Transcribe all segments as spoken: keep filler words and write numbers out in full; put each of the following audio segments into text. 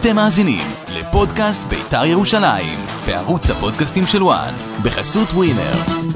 אתם מאזינים לפודקאסט בית"ר ירושלים, בערוץ הפודקאסטים של וואן, בחסות ווינר.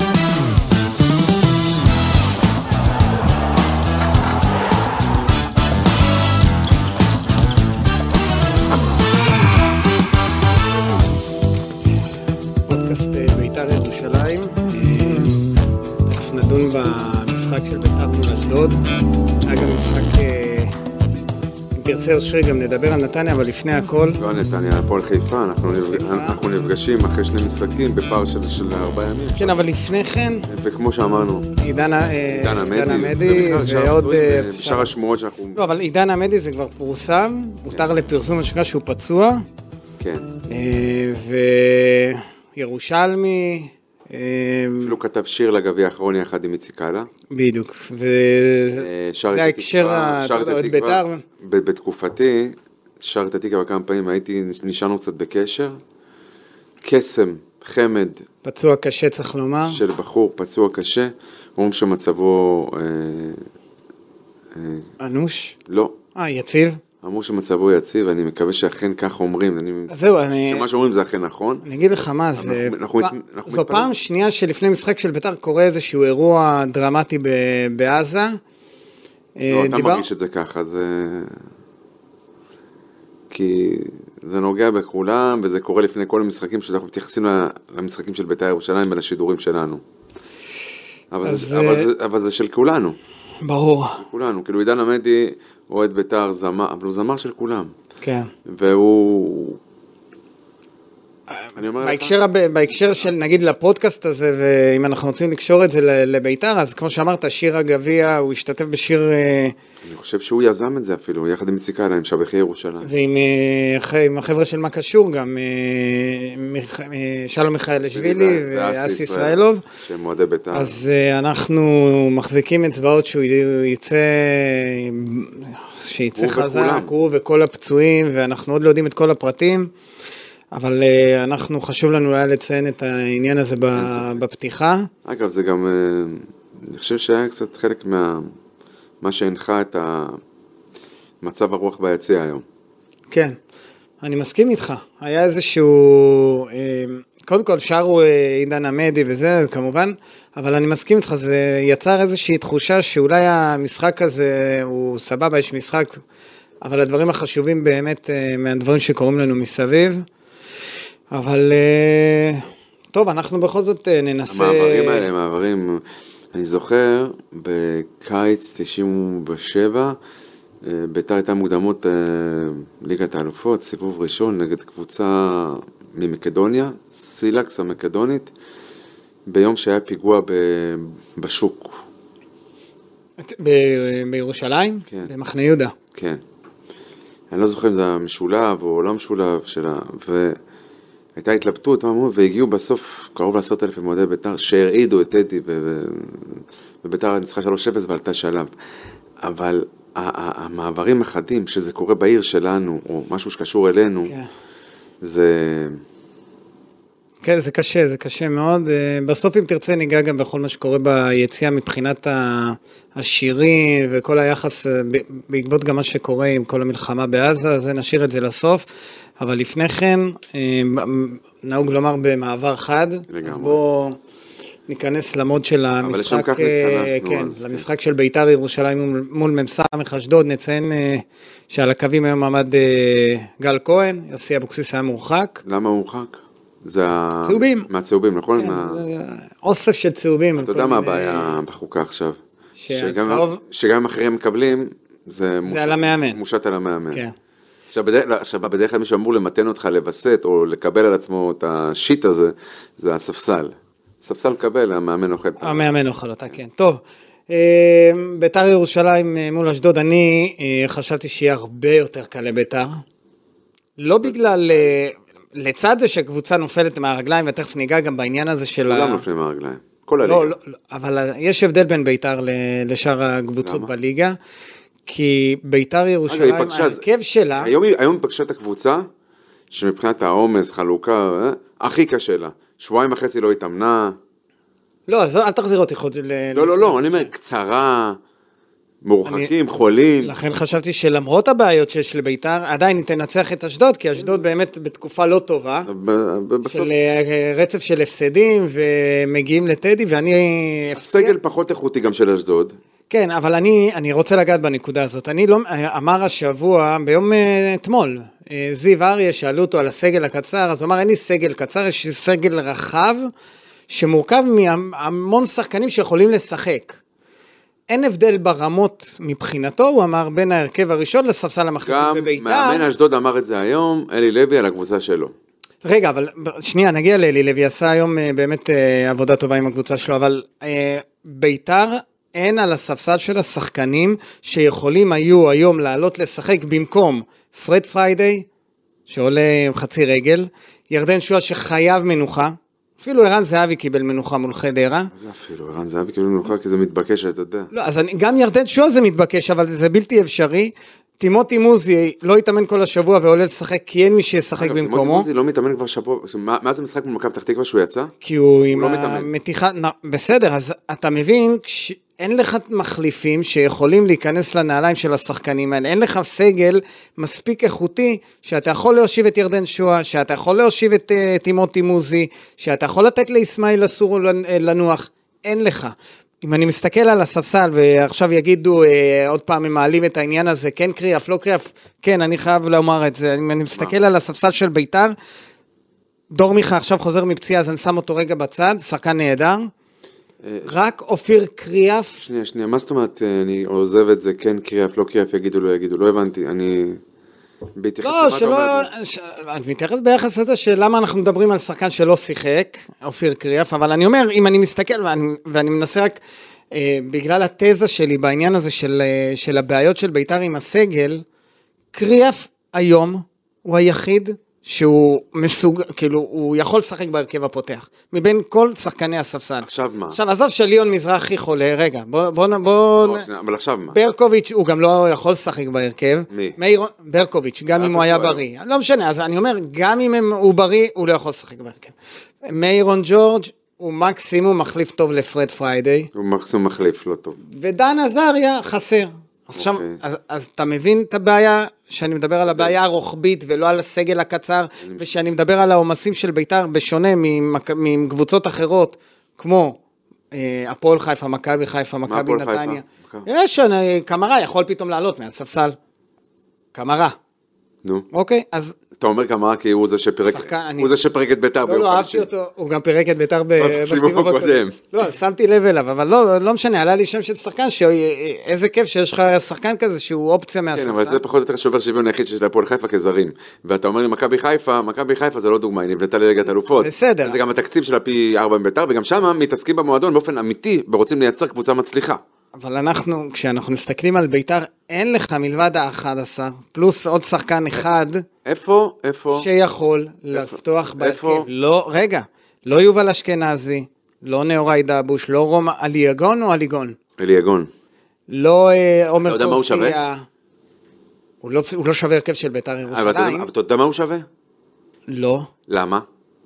פודקאסט בית"ר ירושלים, תכף נדון במשחק של בית"ר מול אשדוד. היה גם משחק, אם תרצה אושרי גם נדבר על נתניה, אבל לפני הכל... לא נתניה, הפועל חיפה, אנחנו, נפג... אנחנו נפגשים אחרי שני משחקים בפער של, של ארבעה ימים. כן, אבל לפני כן... וכמו שאמרנו, עידן עמדי, ועוד... בשאר השמועות שאנחנו... לא, אבל עידן עמדי זה כבר פורסם, הותר לפרסום השקה שהוא פצוע. כן. וירושלמי... אפילו כתב שיר לגביע האחרון יחד עם איציקאלה. בדיוק, וזה ההקשר עוד בית"ר. בתקופתי, שר את התקווה כמה פעמים, הייתי, נשארנו קצת בקשר. קסם, חמד. פצוע קשה צריך לומר. של בחור, פצוע קשה. אומרים שמצבו... אנוש? לא. אה, יציב? אמרו שמצבו יציב, אני מקווה שאכן כך אומרים. אז זהו, אני... שמה שאומרים זה אכן נכון. אני אגיד לך מה, זה... זו פעם שנייה שלפני משחק של בית"ר קורה איזשהו אירוע דרמטי בעזה. לא, אתה מרגיש את זה ככה, זה... כי זה נוגע בכולם, וזה קורה לפני כל המשחקים שאנחנו מתייחסים למשחקים של בית"ר ירושלים ולשידורים שלנו. אבל זה של כולנו. ברור. כולנו, כאילו עידן עמדי אוהד בית"ר זמר, אבל הוא זמר של כולם. כן. והוא... בהקשר, בהקשר של נגיד לפודקאסט הזה, ואם אנחנו רוצים לקשור את זה לבית"ר, אז כמו שאמרת, שיר הגביע, הוא השתתף בשיר... אני חושב שהוא יזם את זה אפילו, יחד עם איציקאלה, עם שבחי ירושלים. ועם החבר'ה של מה קשור, גם שלום מיכאלשווילי ואסי ישראלוב. שהם מועדי בית"ר. אז אנחנו מחזיקים אצבעות שהוא יצא, שיצא חזק, הוא וכל הפצועים, ואנחנו עוד לא יודעים את כל הפרטים. אבל uh, אנחנו חשוב לנו היה לציין את העניין הזה בפתיחה. אגב, זה גם, uh, אני חושב שהיה קצת חלק מה, מה שהנחה את מצב הרוח ביציע היום. כן, אני מסכים איתך. היה איזשהו, uh, קודם כל שרו uh, עידן עמדי וזה, כמובן, אבל אני מסכים איתך, זה יצר איזושהי תחושה שאולי המשחק הזה הוא סבבה, יש משחק, אבל הדברים החשובים באמת uh, מהדברים שקוראים לנו מסביב, אבל טוב, אנחנו בכל זאת ננסה... המעברים האלה, מעברים, אני זוכר, בקיץ תשעים ושבע, בית"ר הייתה מוקדמות ליגת האלופות, סיבוב ראשון נגד קבוצה ממקדוניה, סילקס המקדונית, ביום שהיה פיגוע בשוק. בירושלים? כן. במחנה יהודה? כן. אני לא זוכר אם זה המשולב או לא משולב שלה, ו... הייתה התלבטות, והגיעו בסוף קרוב לעשרת אלפים מועדי בית"ר, שהרעידו את טדי, ובית"ר ניצחה שלוש אפס ועלתה שלב. אבל המעברים החדים, שזה קורה בעיר שלנו, או משהו שקשור אלינו, זה... כן, זה קשה, זה קשה מאוד. בסוף אם תרצה ניגע גם בכל מה שקורה ביציאה מבחינת השירים וכל היחס, בעקבות גם מה שקורה עם כל המלחמה בעזה, אז נשאיר את זה לסוף. אבל לפני כן, נהוג לומר במעבר חד, בואו ניכנס למוד של המשחק, כן, למשחק של בית"ר ירושלים מול ממסע אשדוד. נציין שעל הקווים היום עמד גל כהן, יוסי אבוקסיס היה מורחק. למה מורחק? זה צהובים. מהצהובים, נכון? כן, זה אוסף של צהובים. אתה יודע מה הבעיה בחוקה עכשיו? שגם אחרים מקבלים, זה מושת על המאמן. כן. עכשיו, בדרך, עכשיו, בדרך כלל מי שאמור למתן אותך לבסט, או לקבל על עצמו את השיט הזה, זה הספסל. הספסל קבל, המאמן אוכל. המאמן אוכל אותה, כן. טוב, בית"ר ירושלים מול אשדוד, אני חשבתי שיהיה הרבה יותר קל לבית"ר. לא בגלל, לצד זה שקבוצה נופלת מהרגליים, ותכף ניגע גם בעניין הזה של... כולם נופלים מהרגליים, כל הליגה. לא, לא, אבל יש הבדל בין בית"ר לשאר הקבוצות בליגה. כי בית"ר ירושלים, ההרכב שלה... היום היא פגשה את הקבוצה, שמבחינת העומס, חלוקה, הכי קשה לה. שבועיים וחצי לא התאמנה. לא, אז אל תחזיר אותי חוד... לא, לא, לא, אני אומר, קצרה, מורחקים, חולים. לכן חשבתי שלמרות הבעיות שיש לביתר, עדיין היא תנצח את אשדוד, כי אשדוד באמת בתקופה לא טובה, של רצף של הפסדים, ומגיעים לטדי, ואני... הסגל פחות איכותי גם של אשדוד. כן, אבל אני, אני רוצה לגעת בנקודה הזאת. אני לא, אמר השבוע, ביום אתמול, זיו אריה, שאלו אותו על הסגל הקצר, אז הוא אמר, אין לי סגל קצר, יש לי סגל רחב, שמורכב מהמון שחקנים שיכולים לשחק. אין הבדל ברמות מבחינתו, הוא אמר, בין ההרכב הראשון לספסל המחליפים בביתר. גם מאמן אשדוד אמר את זה היום, אלי לוי על הקבוצה שלו. רגע, אבל שנייה, נגיע לאלי לוי, עשה היום באמת עבודה טובה עם הקבוצה שלו, אבל ביתר אין על הספסל של השחקנים שיכולים היו היום לעלות לשחק במקום פרד פריידי, שעולה עם חצי רגל, ירדן שועה שחייב מנוחה, אפילו ערן זהבי קיבל מנוחה מול חדרה. זה אפילו, ערן זהבי קיבל מנוחה כי זה מתבקש, אתה יודע. לא, אז אני, גם ירדן שועה זה מתבקש, אבל זה בלתי אפשרי. טימותי מוזי לא יתאמן כל השבוע ועולה לשחק, כי אין מי שישחק במקומו. טימותי מוזי לא מתאמן כבר שבוע, מה זה משחק במכבי פתח תקווה שהוא יצא? כי הוא עם המתיחה, בסדר, אז אתה מבין, אין לך מחליפים שיכולים להיכנס לנעליים של השחקנים האלה, אין לך סגל מספיק איכותי, שאתה יכול להושיב את ירדן שועה, שאתה יכול להושיב את טימותי מוזי, שאתה יכול לתת לישמעאל אסור לנוח, אין לך. אם אני מסתכל על הספסל, ועכשיו יגידו, אה, עוד פעם הם מעלים את העניין הזה, כן קריאף, לא קריאף, כן, אני חייב לומר את זה, אם אני מסתכל על הספסל של ביתר, דור מיכה עכשיו חוזר מפציעה, אז אני שם אותו רגע בצד, שחקן נהדר, רק אופיר קריאף. שנייה, שנייה, מה זאת אומרת, אני עוזב את זה, כן קריאף, לא קריאף, יגידו, לא יגידו, לא הבנתי, אני... לא, שלא, אני מתייחס ביחס לזה שלמה אנחנו מדברים על שחקן שלא שיחק, אופיר קריאף, אבל אני אומר, אם אני מסתכל, ואני, ואני מנסה רק, אה, בגלל התזה שלי בעניין הזה של, אה, של הבעיות של ביתר עם הסגל, קריאף היום הוא היחיד שהוא מסוג, כאילו, הוא יכול לשחק בהרכב הפותח, מבין כל שחקני הספסל. עכשיו מה? עכשיו, עזוב שליון מזרחי חולה, רגע, בוא, בוא, בוא... לא, שנייה, אבל עכשיו מה? ברקוביץ' הוא גם לא יכול לשחק בהרכב. מי? מאיר, ברקוביץ', גם אם הוא היה בריא. לא משנה, אז אני אומר, גם אם הוא בריא, הוא לא יכול לשחק בהרכב. מאירון ג'ורג' הוא מקסימום מחליף טוב לפרד פריידי. הוא מקסימום מחליף, לא טוב. ודן עזריה חסר. אז עכשיו, אז, אז אתה מבין את הבעיה, שאני מדבר על הבעיה הרוחבית, ולא על הסגל הקצר, ושאני מדבר על העומסים של ביתר, בשונה מקבוצות אחרות, כמו הפועל חיפה, מכבי חיפה, מכבי נתניה. יש, קמרה יכול פתאום לעלות מהספסל. קמרה. נו. אוקיי, אז... אתה אומר כמה כי הוא זה שפרק, הוא זה שפרק את ביתר ביום חמישי. לא, לא, אהבתי אותו, הוא גם פרק את ביתר בסיבוב הקודם. לא, שמתי לב אליו, אבל לא משנה, עלה לי שם של שחקן, שאיזה כיף שיש לך שחקן כזה, שהוא אופציה מהספסל. כן, אבל זה פחות או יותר שובר שוויון היחיד שיש להפועל חיפה כזרים. ואתה אומר לי, מכבי חיפה, מכבי חיפה זה לא דוגמה, היא נבנתה לליגת אלופות. בסדר. זה גם התקציב של הפי ארבע בביתר, וגם שם מתעסקים במועדון באופן אמיתי, ורוצים לייצר קבוצה מצליחה. אבל אנחנו, כשאנחנו מסתכלים על ביתר, אין לך מלבד ה-אחד עשר, פלוס עוד שחקן אחד. איפה? איפה? שיכול לפתוח בהרכב. לא, רגע, לא יובל אשכנזי, לא נאורי דאבוש, לא רומא, אליגון או אליגון? אליגון. לא עומר קורסיה. הוא שווה? הוא לא, הוא לא שווה הרכב של ביתר ירושלים. אבל אתה יודע מה הוא שווה? לא. למה?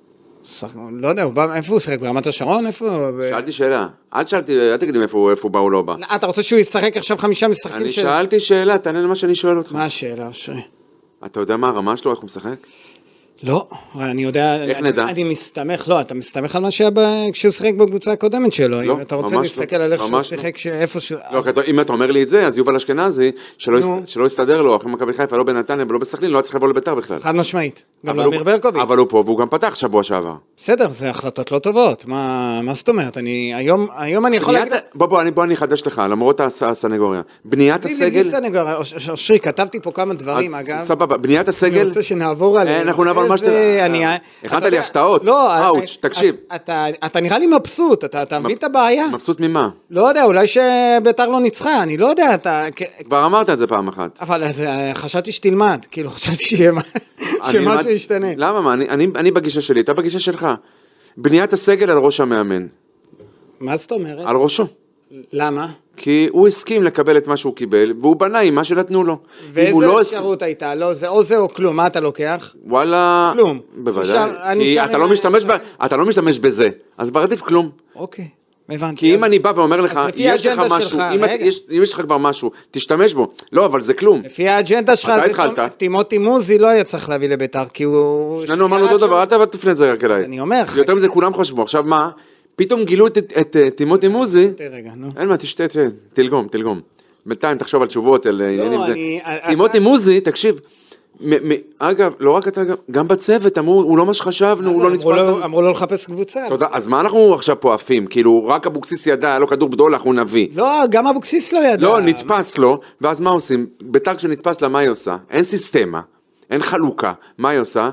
לא יודע, איפה הוא שחק? ברמת השרון? איפה? שאלתי שאלה. אל שאלתי, אל תגידי איפה הוא בא או לא בא. אתה רוצה שהוא ישחק עכשיו חמישה משחקים? אני שאלתי שאלה, תענה למה שאני שואל אותך. מה השאלה, שרי? אתה יודע מה הרמה שלו, איך הוא משחק? לא, אני יודע, איך נדע? אני מסתמך, לא, אתה מסתמך על מה שהיה כשהוא שיחק בקבוצה הקודמת שלו, אם אתה רוצה להסתכל על איך שהוא שיחק, איפה שהוא... לא, אם אתה אומר לי את זה, אז יובל אשכנזי, שלא יסתדר לו, אחרי מכבי חיפה, לא בנתניה ולא בסכנין, לא צריך לבוא לביתר בכלל. חד משמעית, גם לאמיר ברקוביץ'. אבל הוא פה, והוא גם פתח שבוע שעבר. בסדר, זה החלטות לא טובות, מה זאת אומרת? אני, היום אני יכול להגיד... בוא, אני אחדש לך, למרות הסנגוריה. בניית הסגל... שרי, כתבתי פה כמה דברים, אגב. סבבה, בניית הסגל... אני רוצה שנעבור עליהם. אנחנו נעבור מה שאתה... הכנת לי הפתעות. לא, אאוץ', תקשיב. אתה נראה לי מבסוט, אתה מבין את הבעיה? מבסוט ממה? לא יודע, אולי שביתר לא ניצחה, אני לא יודע, אתה... כבר אמרת את זה פעם אחת. אבל חשבתי שתלמד, כאילו חשבתי שמשהו ישתנה. למה? מה? אני בגישה שלי, אתה בגישה שלך. בניית הסגל על ראש המאמן. מה זאת אומרת? על ראשו. למה? כי הוא הסכים לקבל את מה שהוא קיבל, והוא בנה עם מה שנתנו לו. ואיזה לא אפשרות הסכים... הייתה? לא, זה או זה או כלום, מה אתה לוקח? וואלה... כלום. בוודאי. כי אתה לא, משתמש ב... אתה לא משתמש בזה, אז ברדיף כלום. אוקיי. הבנתי. כי אם אני בא ואומר לך, לפי יש לך האג'נדה משהו, שלך, אם רגע. יש אם יש לך כבר משהו, תשתמש בו. לא, אבל זה כלום. לפי האג'נדה שלך, אתה זה התחלת. טימותי מוזי לא היה צריך להביא לביתר, כי הוא... שנינו אמרנו אותו דבר, אל תפנה את זה רק אליי. אני אומר. יותר מזה כולם חשבו. עכשיו מה? פתאום גילו את- את את טימותי מוזי. רגע, נו. אין מה, תשתה, תשתה, תלגום, תלגום. בינתיים תחשוב על תשובות, על עניינים זה. אני- טימותי מוזי, תקשיב, מ- מ- אגב, לא רק אתה, גם- גם בצוות, אמרו, הוא לא מה שחשבנו, הוא לא נתפס. אמרו לו- לנו. אמרו לו לחפש קבוצה. תודה, אז מה אנחנו עכשיו פה עפים? כאילו, רק אבוקסיס ידע, היה לו כדור בדולח, הוא נביא. לא, גם אבוקסיס לא ידע. לא, נתפס לו, ואז מה עושים? ביתר כשנתפס לה, מה היא עושה? אין סיסטמה, אין חלוקה, מה היא עושה?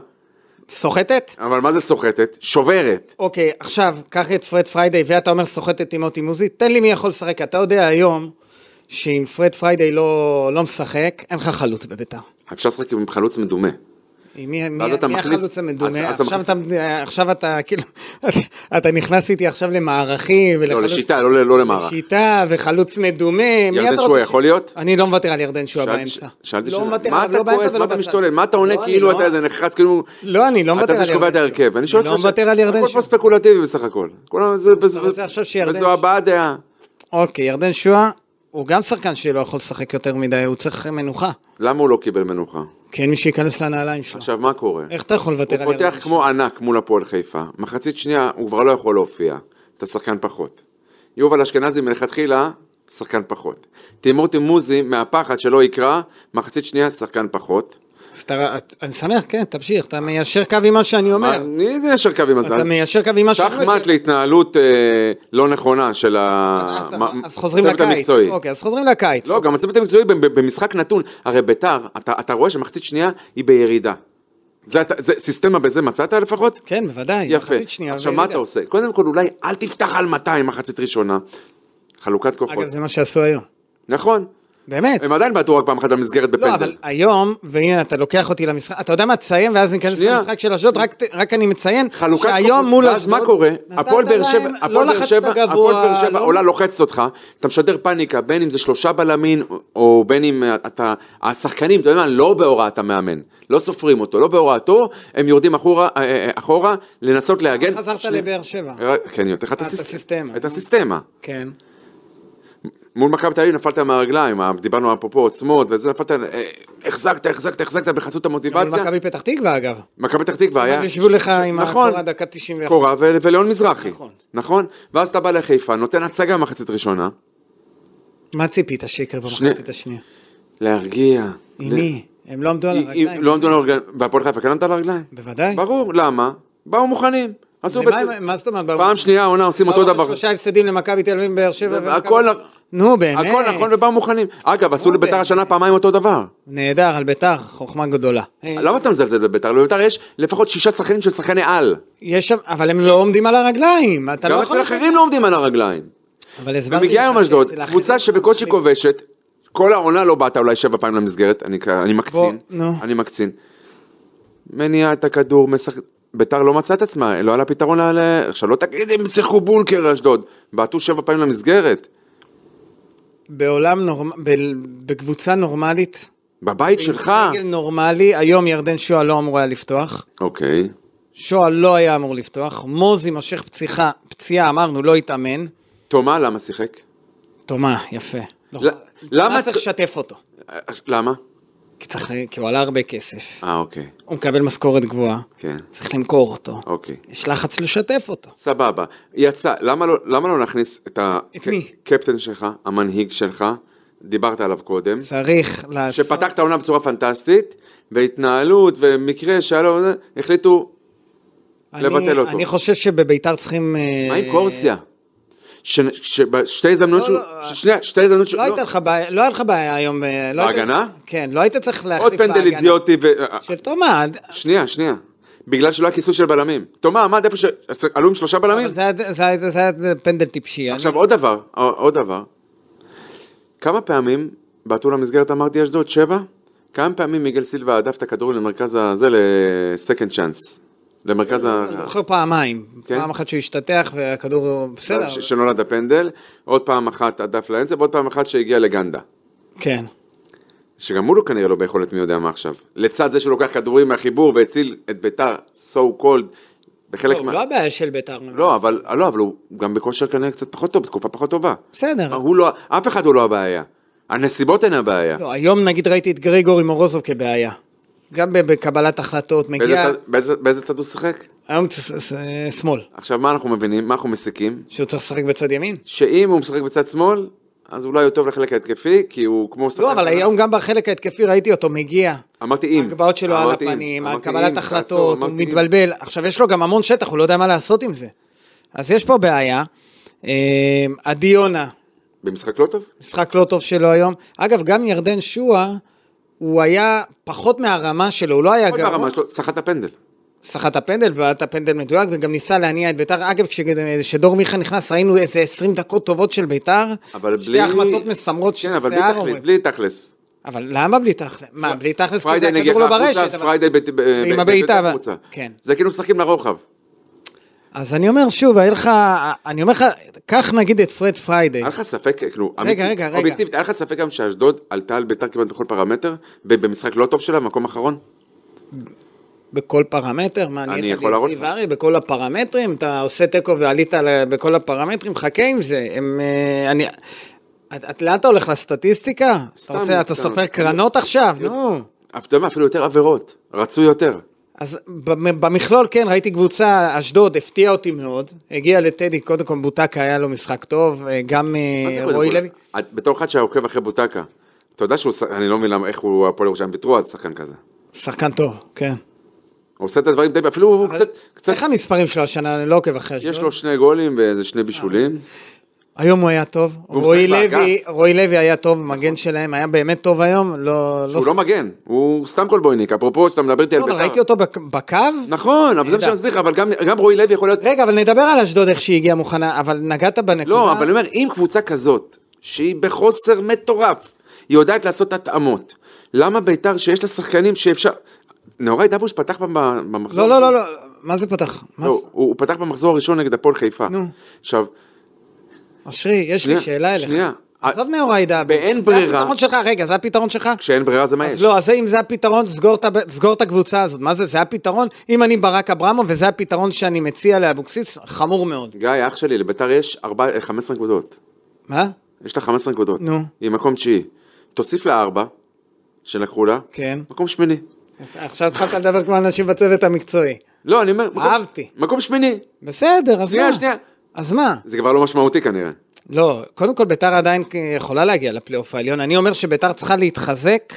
סוחטת? אבל מה זה סוחטת? שוברת. אוקיי, עכשיו, קח את פרד פריידי, ואתה אומר סוחטת טימותי מוזי, תן לי מי יכול לשחק. אתה יודע היום, שאם פרד פריידי לא, לא משחק, אין לך חלוץ בביתר. אפשר לשחק עם חלוץ מדומה. מי, מי, ואז אתה מי מכניס- החלוץ המדומה? אז- אז אתה עכשיו, מכניס- אתה, עכשיו אתה, כאילו, אתה נכנס איתי עכשיו למערכים, לא, ולחלוץ- לשיטה, לא ל- לא למערך. לשיטה, וחלוץ מדומה. מי ירדן אתה רוצה שועה ש- יכול להיות? אני לא מוותר על ירדן שועה שאלתי- באמצע. שאלתי לא שאלה, מוותר מה עליו, אתה לא באמצע כועס, ולא מה אתה בצד. משתולל, מה אתה עונה לא, אני כאילו לא- אתה איזה נחרץ, כאילו... לא, אני לא מוותר אתה על זה שקובע את ירדן ההרכב, אני שואל לא אותך... ש- מוותר על ירדן הכל שועה. פה ספקולטיבי בסך הכל. כולם זה... אתה רוצה עכשיו שירדן וזו ש- הבעת דעה. אוקיי, ירדן שועה, הוא גם שחקן שלא יכול לשחק יותר מדי, הוא צריך מנוחה. למה הוא לא קיבל מנוחה? כי אין מי שייכנס לנעליים שלו. עכשיו, מה קורה? איך אתה יכול לוותר על הוא ירדן פותח כמו ענק מול הפועל חיפה. מחצית שנייה, הוא כבר לא יכול להופיע. אתה שחקן פחות. יובל אשכנזי מלכתחילה, שחקן פחות. טימותי מוזי, מהפחד שלא יקרא, מחצית שנייה, שחקן פחות. סתר- את- אני שמח, כן, תמשיך, אתה מיישר קו עם מה שאני אומר. אני זה ישר קו עם הזמן. אתה מיישר קו עם מה שאני אומר. שחמט להתנהלות אה, לא נכונה של אז אתה- הצוות אז חוזרים לקיץ. המקצועי. אוקיי, אז חוזרים לקיץ. לא, גם הצוות המקצועי ב- ב- במשחק נתון, הרי ביתר, אתה אתה רואה שמחצית שנייה היא בירידה. זה אתה- זה סיסטמה בזה מצאת לפחות? כן, בוודאי. יפה. מחצית שנייה עכשיו מה וירידה. אתה עושה? קודם כל אולי אל תפתח על מאתיים מחצית ראשונה. חלוקת כוחות. אגב, זה מה שעשו היום. נכון. באמת. הם עדיין בעטו רק פעם אחת למסגרת לא, בפנדל. אבל היום, והנה אתה לוקח אותי למשחק, אתה יודע מה, תסיים ואז ניכנס שנייה. למשחק של אשדוד, רק, רק אני מציין, חלוקת שהיום כוחות, מול ואז מה קורה? הפועל באר שבע, להם, הפועל לא באר לחצת שבע, גבוה, הפועל באר שבע לא- עולה לוחצת אותך, אתה משדר פאניקה, בין אם זה שלושה בלמים, או בין אם אתה, השחקנים, אתה יודע מה, לא בהוראת המאמן, לא סופרים אותו, לא בהוראתו, הם יורדים אחורה, אה, אה, אחורה, לנסות להגן. חזרת שני- לבאר שבע. כן, אני נותן לך את את הסיסטמה. הסיסטמה. את הסיסטמה. כן. מול מכבי תל אביב נפלת מהרגליים, דיברנו אפרופו עוצמות, וזה נפלת, אה, החזקת, החזקת, החזקת בחסות אבל המוטיבציה. מכבי פתח תקווה אגב. מכבי פתח תקווה היה... ישבו לך עם נכון. הקורה דקה תשעים ואחת. קורה ו- וליאון מזרחי, נכון. נכון? ואז אתה בא לחיפה, נותן הצגה במחצית ראשונה, מה ציפית שיקרה שני- במחצית השנייה? להרגיע. עם ל- מי? הם לא עמדו על עם- הרגליים. לא עמדו על הרגליים, והפועל חיפה כן עמדה על הרגליים? בוודאי. ברור, למה? באו מוכנים, עשו למה בצד. הם- מה זאת אומרת? באו- פעם שנייה העונה עושים אותו באו דבר. שלושה הפסדים למכבי תל אביב, באר שבע. ומכבי- הכל- נו באמת. הכל נכון ובאו מוכנים. אגב, עשו נו, לביתר באמת. השנה פעמיים אותו דבר. נהדר, על ביתר, חוכמה גדולה. למה אתה מזלזל בביתר? לביתר יש לפחות שישה שחקנים של שחקני על. יש שם, אבל הם לא עומדים על הרגליים. אתה לא גם יכול... אצל אחרים לא עומדים על הרגליים. אבל הסברתי ומגיעה היום לך אשדוד, שאצל קבוצה האחרים- שבקושי כובשת, כל העונה לא באת אולי שבע פעמים למסגרת, אני, אני מקצין, בוא, נו. אני מקצין. מניע את הכדור, משחק... ביתר לא מצא את עצמה, לא היה לה פתרון, ל... עכשיו לא תגיד, הם שיחקו בונקר אשדוד, בעטו שבע פעמים למסגרת, בעולם נורמ... ב... בקבוצה נורמלית, בבית שלך. בסגל נורמלי, היום ירדן שועה לא אמור היה לפתוח. אוקיי. שועה לא היה אמור לפתוח. מוזי משך פציחה, פציעה, אמרנו, לא התאמן. תומה, למה שיחק? תומה, יפה. לא, ל- למה למה את- צריך לשתף אותו? למה? כי, צריך... כי הוא עלה הרבה כסף. אה, אוקיי, הוא מקבל משכורת גבוהה. כן, צריך למכור אותו. אוקיי. יש לחץ לשתף אותו. סבבה. יצא, למה לא, למה לא להכניס את את מי? הקפטן שלך, המנהיג שלך, דיברת עליו קודם, צריך לעשות... שפתח את העונה בצורה פנטסטית, והתנהלות ומקרה שהיה לו, החליטו אני- לבטל אותו. אני חושב שבביתר צריכים... מה עם קורסיה? ש- שבשתי הזדמנות לא, שהוא, לא, ש- שנייה, שתי הזדמנות לא הייתה לך בעיה, לא היה לך בעיה היום... ב- לא היית- בהגנה? כן, לא היית צריך להחליף עוד בהגנה. פנדל אידיוטי, ו... של תומה, שנייה, שנייה, בגלל שלא היה כיסוי של בלמים. תומה עמד איפה שעלו עם שלושה בלמים. אבל זה היה- זה היה- זה היה פנדל טיפשי. עכשיו עוד דבר, עוד דבר, כמה פעמים בעטו למסגרת אמרתי אשדוד, שבע? כמה פעמים מיגל סילבה העדף את הכדור למרכז הזה, לסקנד צ'אנס, למרכז ה... אני זוכר פעמיים, כן? פעם אחת שהוא השתתח והכדור בסדר. ש- שנולד הפנדל, עוד פעם אחת עדף לאמצע, ועוד פעם אחת שהגיע לגנדה. כן. שגם הוא לא כנראה לא ביכולת מי יודע מה עכשיו. לצד זה שהוא לוקח כדורים מהחיבור והציל את ביתר, so called, בחלק לא, מה... לא הבעיה של בית"ר. לא, אבל, לא, אבל הוא גם בכושר כנראה קצת פחות טוב, בתקופה פחות טובה. בסדר. הוא לא, אף אחד הוא לא הבעיה. הנסיבות הן הבעיה. לא, היום נגיד ראיתי את גריגורי מורוזוב כבעיה. גם בקבלת החלטות, מגיע... באיזה, באיזה, באיזה צד הוא שחק? היום שמאל. עכשיו, מה אנחנו מבינים? מה אנחנו מסיקים? שהוא צריך לשחק בצד ימין? שאם הוא משחק בצד שמאל, אז אולי הוא טוב לחלק ההתקפי, כי הוא כמו שחק... לא, אבל היום גם בחלק ההתקפי ראיתי אותו מגיע. אמרתי אם. הגבעות שלו על הפנים, קבלת החלטות, הוא מתבלבל. עכשיו, יש לו גם המון שטח, הוא לא יודע מה לעשות עם זה. אז יש פה בעיה. אדיונה. במשחק לא טוב? משחק לא טוב שלו היום. אגב, גם ירדן שועה, הוא היה פחות מהרמה שלו, הוא לא היה גרוע. פחות מהרמה שלו, שחט הפנדל. שחט הפנדל, ועד הפנדל מדויק, וגם ניסה להניע את ביתר. אגב, כשדור מיכה נכנס, ראינו איזה עשרים דקות טובות של ביתר, שתי החמצות מסמרות של כן, אבל שיער. בלי, בלי תכלס. אבל למה בלי תכלס? מה, בלי תכלס? פריידי כי זה הכדור לא ברשת. פריידי עם הבעיטה. כן. זה כאילו משחקים לרוחב. אז אני אומר שוב, היה לך, אני אומר לך, קח נגיד את פרד פריידי. היה לך ספק, כאילו, רגע, רגע, רגע. אובייקטיבית, היה לך ספק גם שאשדוד עלתה על ביתר כמעט בכל פרמטר, ובמשחק לא טוב שלה, במקום האחרון? בכל פרמטר, מה אני נהיית יכול להראות לי זיו ארי, בכל הפרמטרים, אתה עושה תיקו ועלית בכל הפרמטרים, חכה עם זה, הם, אני, את לאן אתה הולך לסטטיסטיקה? אתה רוצה, אתה סופר קרנות עכשיו, נו. אתה יודע מה, אפילו יותר עבירות, רצו יותר. אז במכלול כן, ראיתי קבוצה, אשדוד, הפתיע אותי מאוד, הגיע לטדי, קודם כל בוטקה היה לו משחק טוב, גם רועי לוי. בתור אחד שעוקב אחרי בוטקה, אתה יודע שהוא, אני לא מבין איך הוא הפועל ירושלים, ויתרו על שחקן כזה. שחקן טוב, כן. הוא עושה את הדברים די, אפילו הוא קצת... איך המספרים שלו השנה, אני לא עוקב אחרי אשדוד? יש לו שני גולים ואיזה שני בישולים. היום הוא היה טוב, רועי לוי, רועי לוי היה טוב, מגן שלהם, היה באמת טוב היום, לא... שהוא לא מגן, הוא סתם קולבויניק, אפרופו שאתה מדבר איתי על בית"ר. ראיתי אותו בקו. נכון, אבל זה מה שאני מסביר לך, אבל גם רועי לוי יכול להיות... רגע, אבל נדבר על אשדוד איך שהיא הגיעה מוכנה, אבל נגעת בנקודה... לא, אבל אני אומר, אם קבוצה כזאת, שהיא בחוסר מטורף, היא יודעת לעשות התאמות, למה בית"ר שיש לה שחקנים שאפשר... נאורי דבוש פתח במחזור... לא, לא, לא, מה זה פתח? הוא פתח במחזור הראשון נגד הפועל חיפה. נו. עכשיו... אשרי, יש לי שאלה אליך. שנייה. עזוב נאורי דבוש. באין ברירה... זה הפתרון שלך, רגע, זה הפתרון שלך? כשאין ברירה זה מה יש. אז לא, אז אם זה הפתרון, סגור את הקבוצה הזאת. מה זה? זה הפתרון? אם אני ברק אברמוב, וזה הפתרון שאני מציע לאבוקסיס, חמור מאוד. גיא, אח שלי, לבית"ר יש חמש עשרה נקודות. מה? יש לה חמש עשרה נקודות. נו. היא מקום תשיעי. תוסיף לה ארבע, שלקחו לה. כן. מקום שמיני. עכשיו התחלת לדבר כמו אנשים בצוות המקצועי. לא, אני אומר... אהבתי. מקום שמיני. בסדר, אז שנייה, מה? שנייה. אז מה? זה כבר לא משמעותי כנראה. לא, קודם כל ביתר עדיין יכולה להגיע לפלייאוף העליון. אני אומר שביתר צריכה להתחזק,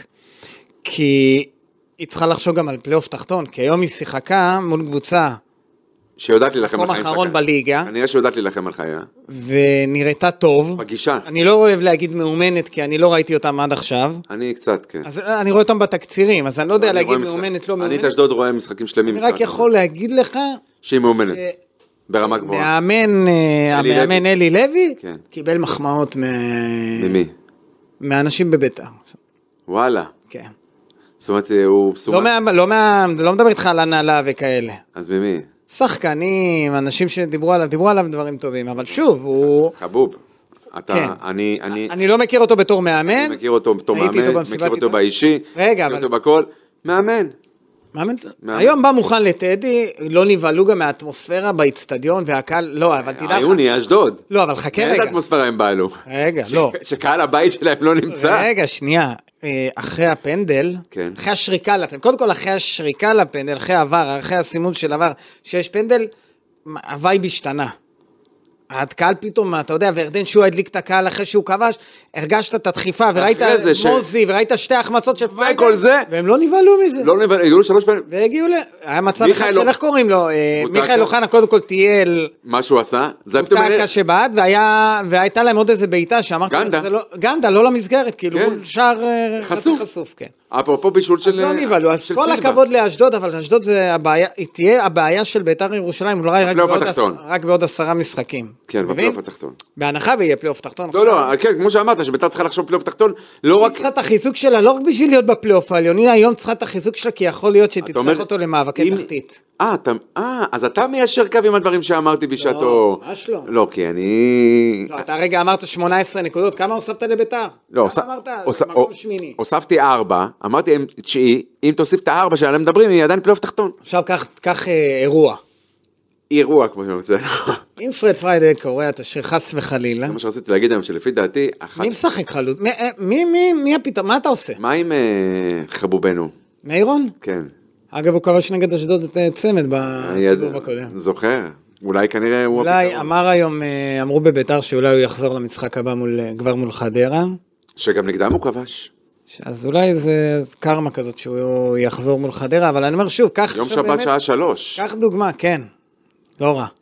כי היא צריכה לחשוב גם על פלייאוף תחתון, כי היום היא שיחקה מול קבוצה שיודעת להילחם על מקום חיים אחרון בליגה. כנראה שיודעת להילחם על חייה. ונראתה טוב. בגישה. אני לא אוהב להגיד מאומנת, כי אני לא ראיתי אותם עד עכשיו. אני קצת, כן. אז אני רואה אותם בתקצירים, אז אני לא יודע להגיד מאומנת, לא מאומנת. אני את אשדוד רואה משחקים שלמים. אני רק יכול להגיד לך... שהיא מאומנת. ברמה גבוהה. מאמן, המאמן אלי לוי, כן. קיבל מחמאות ממי? מאנשים בביתר. וואלה. כן. זאת אומרת, הוא סומך. לא מה, לא מה, לא מדבר איתך על הנהלה וכאלה. אז ממי? שחקנים, אנשים שדיברו עליו, דיברו עליו דברים טובים, אבל שוב, הוא... חבוב. אתה, כן. אני, אני... אני לא מכיר אותו בתור מאמן. אני מכיר אותו בתור מאמן, מכיר אותו באישי. רגע, אבל... מכיר אותו בכל. מאמן. מאמן? היום בא מוכן לטדי, לא נבהלו גם מהאטמוספירה באצטדיון והקהל, לא, אבל תדע לך... היו נהיה אשדוד. לא, אבל חכה רגע. איזה אטמוספירה הם בעלו? רגע, לא. שקהל הבית שלהם לא נמצא. רגע, שנייה. אחרי הפנדל, כן. אחרי השריקה לפנדל, קודם כל אחרי השריקה לפנדל, אחרי עבר, אחרי הסימון של עבר, שיש פנדל, הווייב השתנה. הקהל פתאום, אתה יודע, וירדן שועה הדליק את הקהל אחרי שהוא כבש, הרגשת את הדחיפה, וראית מוזי, ש... וראית שתי החמצות של פריידי, וכל זה, והם לא נבהלו מזה. לא נבהלו, הגיעו לשלוש פעמים. והגיעו ל... היה מצב אחד של איך קוראים לו, מיכאל אוחנה קודם כל טייל, מה שהוא עשה, זה פתאום שבעד, והייתה להם עוד איזה בעיטה, שאמרת, גנדה, גנדה, לא למסגרת, כאילו, שער חשוף, כן. אפרופו בישול של... לא נבהלו, אז כל הכבוד לאשדוד, אבל אשדוד זה הבעיה, היא תהיה הבעיה של בית"ר ירושלים, אולי רק בעוד עשרה משחקים. כן, בפלייאוף התחתון. בהנחה ויהיה פלייאוף תחתון. לא, לא, כן, כמו שאמרת, שבית"ר צריכה לחשוב פלייאוף תחתון, לא רק... היא צריכה את החיזוק שלה, לא רק בשביל להיות בפלייאוף העליון, היא היום צריכה את החיזוק שלה, כי יכול להיות שתצטרך אותו למאבקי תחתית. אה, אז אתה מיישר קו עם הדברים שאמרתי בשעתו. לא, ממש לא. לא, כי אני... לא, אתה רגע אמרת שמונה עשרה נקודות, כמה הוספת לבית"ר? לא, הוספתי ארבע, אמרתי תשיעי, אם תוסיף את הארבע שעליהם מדברים, היא עדיין פלייאוף תחתון. עכשיו קח אירוע. אירוע, כמו שאני רוצה. אם פרד פריידי קורא, אתה שחס וחלילה. זה מה שרציתי להגיד היום, שלפי דעתי... מי משחק חלוץ? מי, מי, מי הפתאום? מה אתה עושה? מה עם חבובנו? מאירון? כן. אגב, הוא כבש נגד אשדוד את צמד בסיבוב הקודם. זוכר. אולי כנראה הוא... אולי אמר היום, אמרו בביתר שאולי הוא יחזור למשחק הבא כבר מול חדרה. שגם נגדם הוא כבש. אז אולי זה קרמה כזאת שהוא יחזור מול חדרה, אבל אני אומר שוב, קח... יום שבת שעה שלוש. קח דוגמה, כן. לא רע.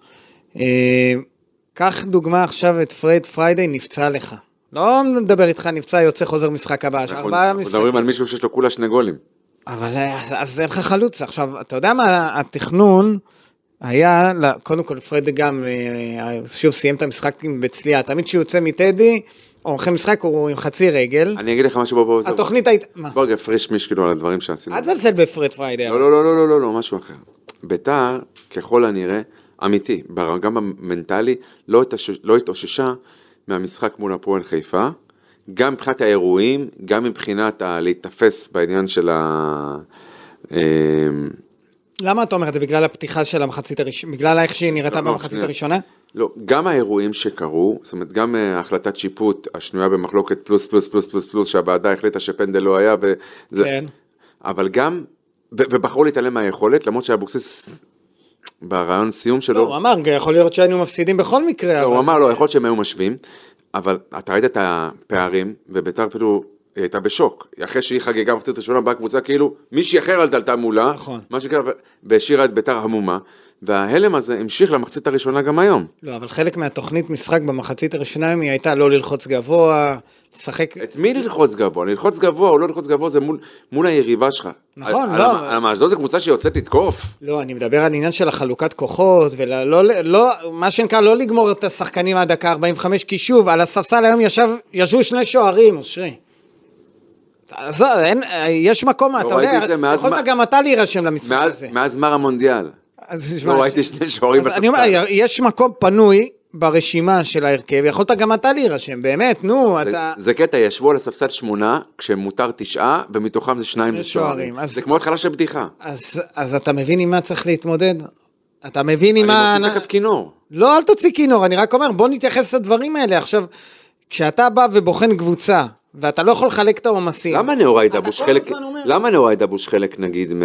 קח דוגמה עכשיו את פרד פריידי נפצע לך. לא מדבר איתך, נפצע, יוצא, חוזר משחק הבא. אנחנו מדברים על מישהו שיש לו כולה שני גולים. אבל אז אין לך חלוץ. עכשיו, אתה יודע מה התכנון היה, קודם כל פרד גם, שוב סיים את המשחק בצליעה, תמיד שהוא יוצא מטדי, או אחרי משחק הוא עם חצי רגל. אני אגיד לך משהו בו בו. התוכנית הייתה... מה? בוא רגע, פריש מישקילו על הדברים שעשינו. עד זלזל בפרד פריידי. לא, לא, לא, לא, לא, משהו אחר. ביתר, ככל הנראה, אמיתי, גם המנטלי, לא התאוששה מהמשחק מול הפועל חיפה, גם מבחינת האירועים, גם מבחינת להתאפס בעניין של ה... למה אתה אומר את זה? בגלל הפתיחה של המחצית הראשונה? בגלל איך שהיא נראתה במחצית הראשונה? לא, גם האירועים שקרו, זאת אומרת, גם החלטת שיפוט, השנויה במחלוקת פלוס פלוס פלוס פלוס פלוס, שהוועדה החליטה שפנדל לא היה, כן. אבל גם, ובחרו להתעלם מהיכולת, למרות שהאבוקסיס... ברעיון סיום שלו... לא, הוא אמר, יכול להיות שהיינו מפסידים בכל מקרה. לא, אבל... הוא אמר, לא, יכול להיות שהם היו משווים, אבל אתה ראית את הפערים, וביתר אפילו הייתה בשוק. אחרי שהיא חגגה מחצית ראשונה בקבוצה, כאילו, מישהי אחר עלתה מולה, נכון. משהו כזה, והשאירה את ביתר המומה, וההלם הזה המשיך למחצית הראשונה גם היום. לא, אבל חלק מהתוכנית משחק במחצית הראשונה, היא הייתה לא ללחוץ גבוה, לשחק... את מי ללחוץ גבוה? ללחוץ גבוה או לא ללחוץ גבוה זה מול, מול היריבה שלך. נכון, על, לא. על המאשדוד זו קבוצה שיוצאת לתקוף. לא, אני מדבר על עניין של החלוקת כוחות, ולא, לא, מה שנקרא, לא לגמור את השחקנים עד דקה ארבעים וחמש, כי שוב, על הספסל היום ישב, ישבו שני שוערים, אושרי. אז אין, יש מקום, אתה יודע, יכולת גם אתה להירשם למצחק הזה. מאז מר המונדיאל. לא ראיתי שני שוערים בספסל. אני אומר, יש מקום פנוי ברשימה של ההרכב, יכולת גם אתה להירשם, באמת, נו, אתה... זה קטע, ישבו על הספסל שמונה, כשמותר תשעה, ומתוכם זה שניים זה שוערים. זה כמו התחלה של בדיחה. אז אתה מבין עם מה צריך להתמודד? אתה מבין עם מה... אני מוציא תכף כינור. לא, אל תוציא כינור, אני רק אומר, בוא נתייחס לדברים האלה. עכשיו, כשאתה בא ובוחן קבוצה, ואתה לא יכול לחלק את העומסים... למה נאורי דבוש חלק... למה נאורי דבוש חלק, נגיד,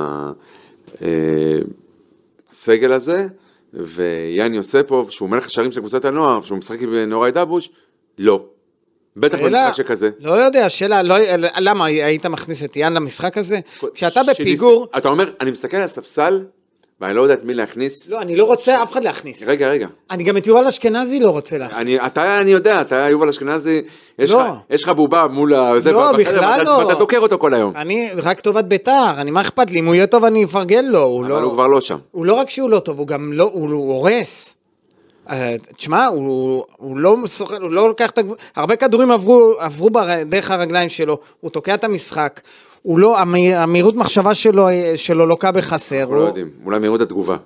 מהסגל הזה? ויאן יוספוב, שהוא מלך השערים של קבוצת הנוער, שהוא משחק עם נאורי דבוש, לא. בטח במשחק שכזה. לא יודע, שאלה, לא, למה היית מכניס את יאן למשחק הזה? כשאתה בפיגור... אתה אומר, אני מסתכל על הספסל, ואני לא יודע את מי להכניס. לא, אני לא רוצה אף אחד להכניס. רגע, רגע. אני גם את יובל אשכנזי לא רוצה להכניס. אני, אתה, אני יודע, אתה יובל אשכנזי, יש לא. לך, יש לך בובה מול זה, לא, בכלל לא. ואתה דוקר אותו כל היום. אני רק טובת ביתר, אני מה אכפת לי, אם הוא יהיה טוב אני אפרגן לו. אבל הוא כבר לא שם. הוא לא רק שהוא לא טוב, הוא גם לא, הוא הורס. תשמע, הוא, הוא לא מסוחר, הוא לא לוקח את הגבול, הרבה כדורים עברו, עברו דרך הרגליים שלו, הוא תוקע את המשחק, הוא לא, המהירות מחשבה שלו, שלו לוקה בחסר. אנחנו לא יודעים, אולי מהירות התגובה.